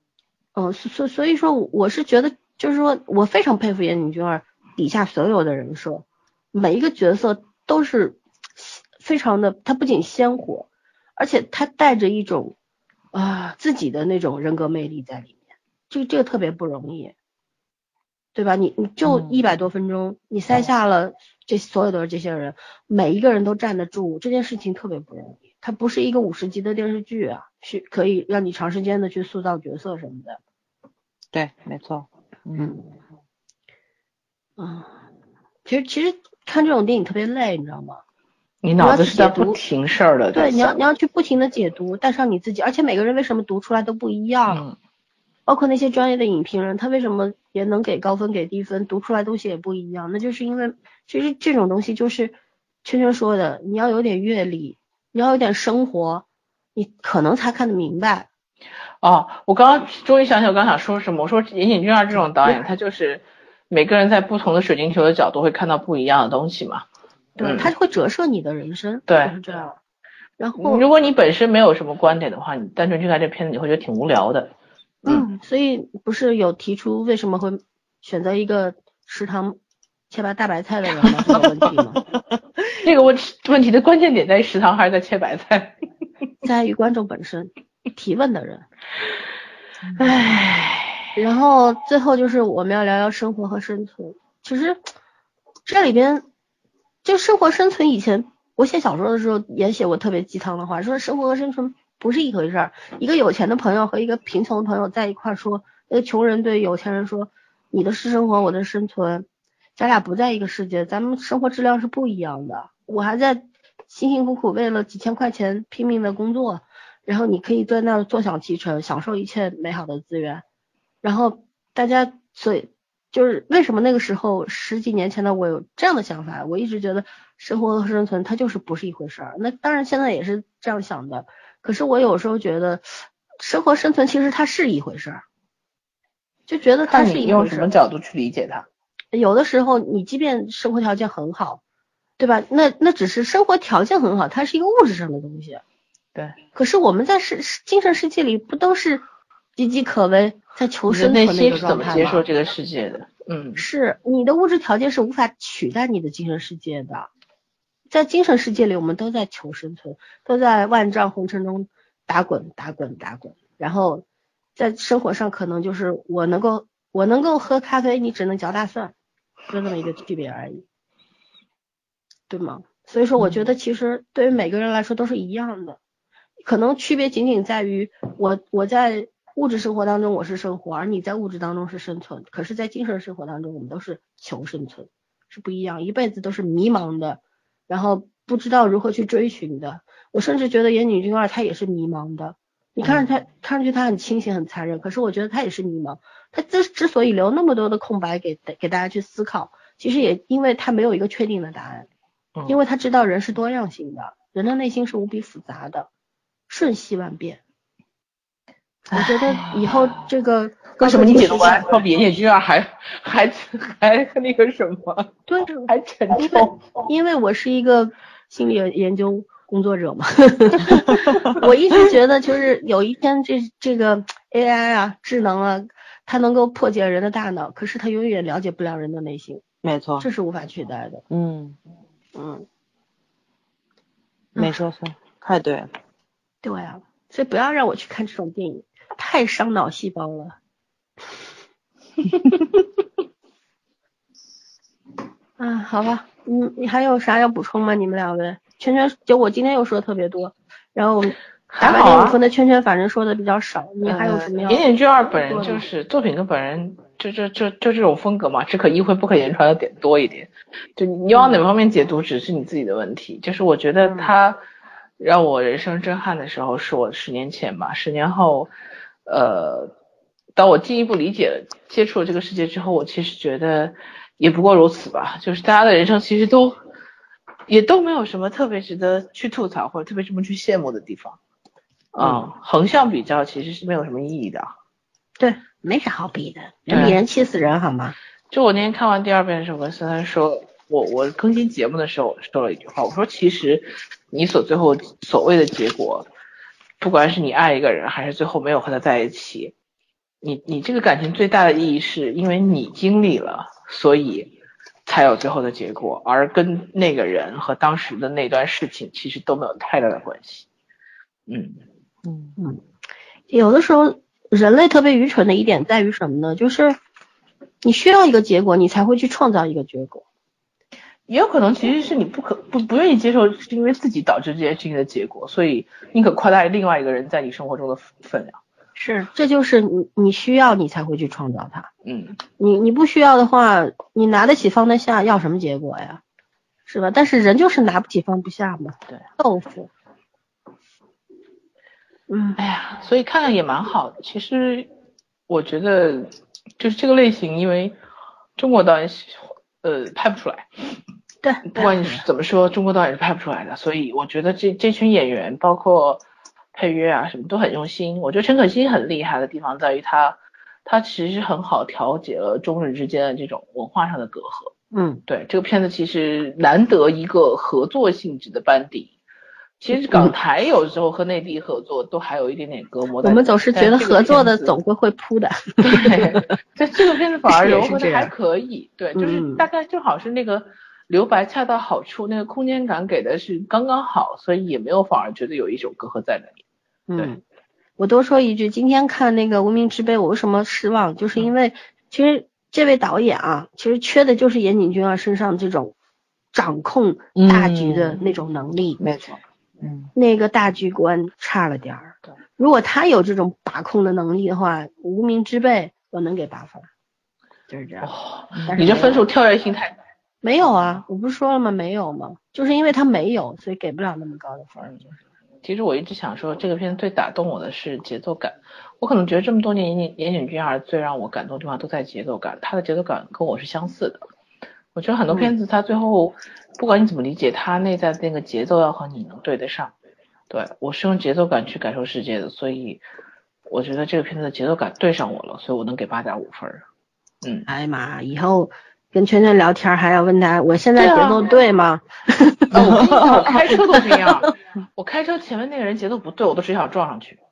嗯，所所以说我是觉得，就是说我非常佩服岩井俊二底下所有的人设，每一个角色都是非常的，他不仅鲜活，而且他带着一种啊自己的那种人格魅力在里面，这这个特别不容易，对吧？你你就一百多分钟，你塞下了这所有的这些人，每一个人都站得住，这件事情特别不容易。它不是一个五十集的电视剧啊，是可以让你长时间的去塑造角色什么的。 对，没错。嗯嗯，其实其实看这种电影特别累，你知道吗？ 你脑子是在不停事儿的。 对，你要你要去不停的解读，带上你自己，而且每个人为什么读出来都不一样。 嗯。 包括那些专业的影评人，他为什么也能给高分给低分，读出来东西也不一样，那就是因为其实这种东西就是圈圈说的，你要有点阅历，你要有点生活，你可能才看得明白。 哦，我刚刚终于想起我刚想说什么，我说岩井俊二这种导演，他就是每个人在不同的水晶球的角度会看到不一样的东西嘛。 对， 嗯、 他会折射你的人生。 对， 就是这样。然后如果你本身没有什么观点的话，你单纯去看这片子，你会觉得挺无聊的。 嗯，所以不是有提出为什么会选择一个食堂切白大白菜的人吗？这个问题吗？ 这个问问题的关键点在于食堂还是在切白菜？ 在于观众本身，提问的人。 唉， 然后最后就是我们要聊聊生活和生存。其实这里边就生活生存，以前我写小说的时候也写过特别鸡汤的话，说生活和生存不是一回事儿。一个有钱的朋友和一个贫穷的朋友在一块说，那个穷人对有钱人说，你的是生活，我的生存，咱俩不在一个世界，咱们生活质量是不一样的。我还在辛辛苦苦为了几千块钱拼命的工作，然后你可以在那儿坐享其成，享受一切美好的资源。然后大家所以就是为什么那个时候十几年前的我有这样的想法，我一直觉得生活和生存它就是不是一回事儿。那当然现在也是这样想的，可是我有时候觉得生活生存其实它是一回事儿，就觉得它是一回事儿。 看你用什么角度去理解它。 有的时候你即便生活条件很好，对吧？那那只是生活条件很好，它是一个物质上的东西。 对。 可是我们在世精神世界里不都是岌岌可危，在求生存的一个状态吗？ 你的内心是怎么接受这个世界的？嗯， 是你的物质条件是无法取代你的精神世界的。在精神世界里，我们都在求生存，都在万丈红尘中打滚打滚打滚。然后在生活上可能就是我能够我能够喝咖啡，你只能嚼大蒜，就这么一个区别而已，对吗？所以说我觉得其实对于每个人来说都是一样的，可能区别仅仅在于我我在物质生活当中我是生活，而你在物质当中是生存。可是在精神生活当中我们都是求生存，是不一样，一辈子都是迷茫的，然后不知道如何去追寻的。我甚至觉得岩井俊二他也是迷茫的，你看着他看上去他很清醒很残忍，可是我觉得他也是迷茫。他之之所以留那么多的空白给给大家去思考，其实也因为他没有一个确定的答案，因为他知道人是多样性的，人的内心是无比复杂的，瞬息万变。我觉得以后这个为什么你解读完后比岩井俊二还还还那个什么？ 对， 还沉重。 因为我是一个心理研究工作者嘛，我一直觉得就是有一天这这个 A I 啊，智能啊，它能够破解人的大脑，可是它永远了解不了人的内心。 没错， 这是无法取代的。 嗯嗯， 没说错，太对了。 对啊，所以不要让我去看这种电影，太伤脑细胞了。啊，好吧，嗯，你还有啥要补充吗？你们两位？圈圈，就我今天又说的特别多，然后打八点五分的圈圈反正说的比较少，你还有什么要？ 岩井俊二本人就是作品跟本人就就就就这种风格嘛，只可意会不可言传的点多一点，就你往哪方面解读只是你自己的问题。就是我觉得他让我人生震撼的时候是我十年前吧，十年后，呃，当我进一步理解了接触了这个世界之后，我其实觉得也不过如此吧，就是大家的人生其实都也都没有什么特别值得去吐槽或者特别这么去羡慕的地方。嗯，横向比较其实是没有什么意义的。 对，没啥好比的，人比人气死人好吗？ 就我那天看完第二遍的时候，跟森森说，我我更新节目的时候说了一句话，我说其实你所最后所谓的结果，不管是你爱一个人还是最后没有和他在一起， 你你这个感情最大的意义是因为你经历了，所以才有最后的结果，而跟那个人和当时的那段事情其实都没有太大的关系。嗯嗯嗯，有的时候人类特别愚蠢的一点在于什么呢？就是你需要一个结果，你才会去创造一个结果。 也有可能其实是你不可不不愿意接受，是因为自己导致这件事情的结果，所以宁可夸大另外一个人在你生活中的分量。 是，这就是你你需要你才会去创造它。 嗯， 你你不需要的话，你拿得起放得下，要什么结果呀？是吧？但是人就是拿不起放不下嘛。 对， 豆腐。嗯， 哎呀，所以看看也蛮好的。其实我觉得就是这个类型，因为中国导演呃拍不出来。 对， 不管你是怎么说，中国导演是拍不出来的。所以我觉得这这群演员，包括配乐啊什么都很用心。我觉得陈可辛很厉害的地方在于他，他其实很好调节了中日之间的这种文化上的隔阂。 嗯， 对，这个片子其实难得一个合作性质的班底。其实港台有时候和内地合作都还有一点点隔膜。 我们总是觉得合作的总归会扑的。 对，在这个片子反而融合的还可以。对，就是大概正好是那个留白恰到好处，那个空间感给的是刚刚好，所以也没有反而觉得有一种隔阂在那里。对， 嗯，我多说一句，今天看那个《无名之辈》，我为什么失望？就是因为其实这位导演啊，其实缺的就是岩井俊二身上这种掌控大局的那种能力。 没错。嗯， 那个大局观差了点儿。如果他有这种把控的能力的话，无名之辈我能给八分，就是这样。 哦，你这分数跳跃性太大。 没有啊，我不是说了吗？没有吗？就是因为他没有，所以给不了那么高的分。 其实我一直想说，这个片子最打动我的是节奏感。我可能觉得这么多年岩岩井俊二最让我感动的地方都在节奏感，他的节奏感跟我是相似的。我觉得很多片子他最后、嗯、不管你怎么理解，他内在的那个节奏要和你能对得上。对，我是用节奏感去感受世界的，所以我觉得这个片子的节奏感对上我了，所以我能给 八点五 分。嗯， 哎呀妈，以后跟圈圈聊天还要问他我现在节奏对吗？ 对啊、我跟你讲，我开车都这样，我开车前面那个人节奏不对，我都只想撞上去。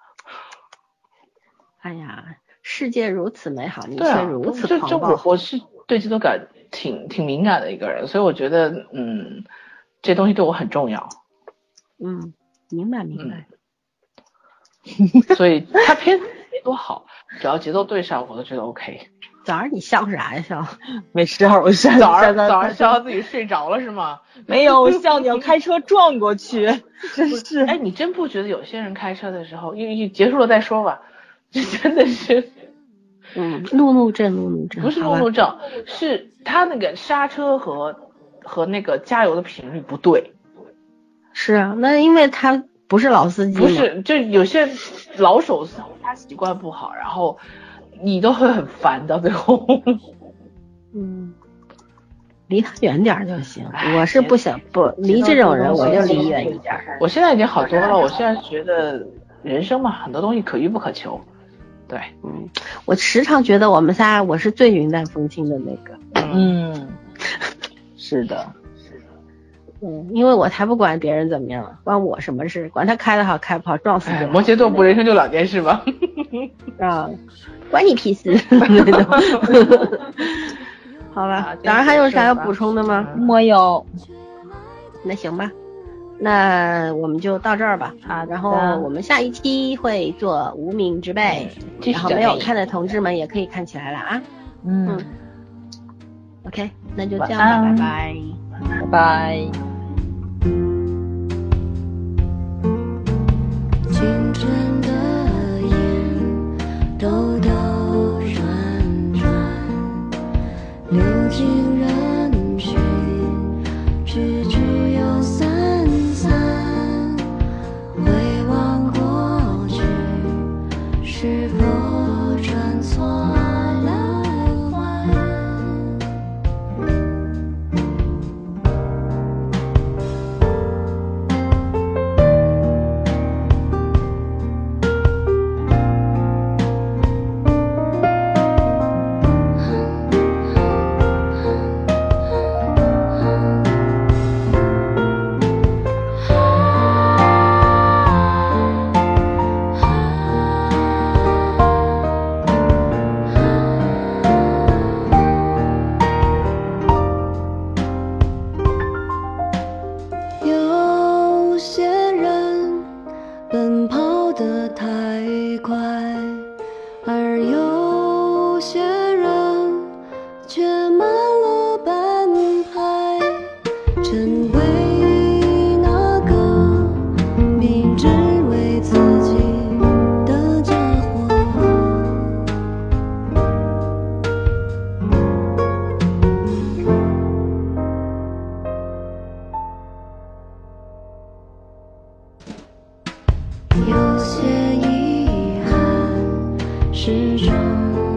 哎呀，世界如此美好，你却如此狂暴。 就就我我是对节奏感挺挺敏感的一个人，所以我觉得嗯，这东西对我很重要。 嗯，明白明白。 嗯、所以他片子没多好，只要节奏对上，我都觉得 OK。 早上你笑啥呀笑？ 没事，我笑。 早上早上笑自己睡着了是吗？ 没有，我笑你要开车撞过去，真是。 哎，你真不觉得有些人开车的时候，因为结束了再说吧，这真的是， 嗯，路怒症，路怒症， 不是路怒症，是他那个刹车和和那个加油的频率不对。 是啊，那因为他不是老司机。 不是，就有些老手他习惯不好，然后你都会很烦到最后。 嗯，离他远点就行。我是不想不离这种人，我就离远一点。 我现在已经好多了，我现在觉得人生嘛，很多东西可遇不可求。对， 嗯，我时常觉得我们仨我是最云淡风轻的那个。 嗯，是的。 嗯，因为我才不管别人怎么样，关我什么事？管他开得好开不好，撞死就好。 摩羯座不人生就两件事吧。 啊，关你屁事。好吧，早上还有啥要补充的吗？ 没有。 那行吧，那我们就到这儿吧。啊，然后我们下一期会做无名之辈，嗯、然后没有看的同志们也可以看起来了啊。 嗯, 嗯 ，OK， 那就这样吧，拜拜， 拜拜。 清晨的烟兜兜转转，流进人群，聚聚又散散，回望过去，是否转错了弯？ 之中。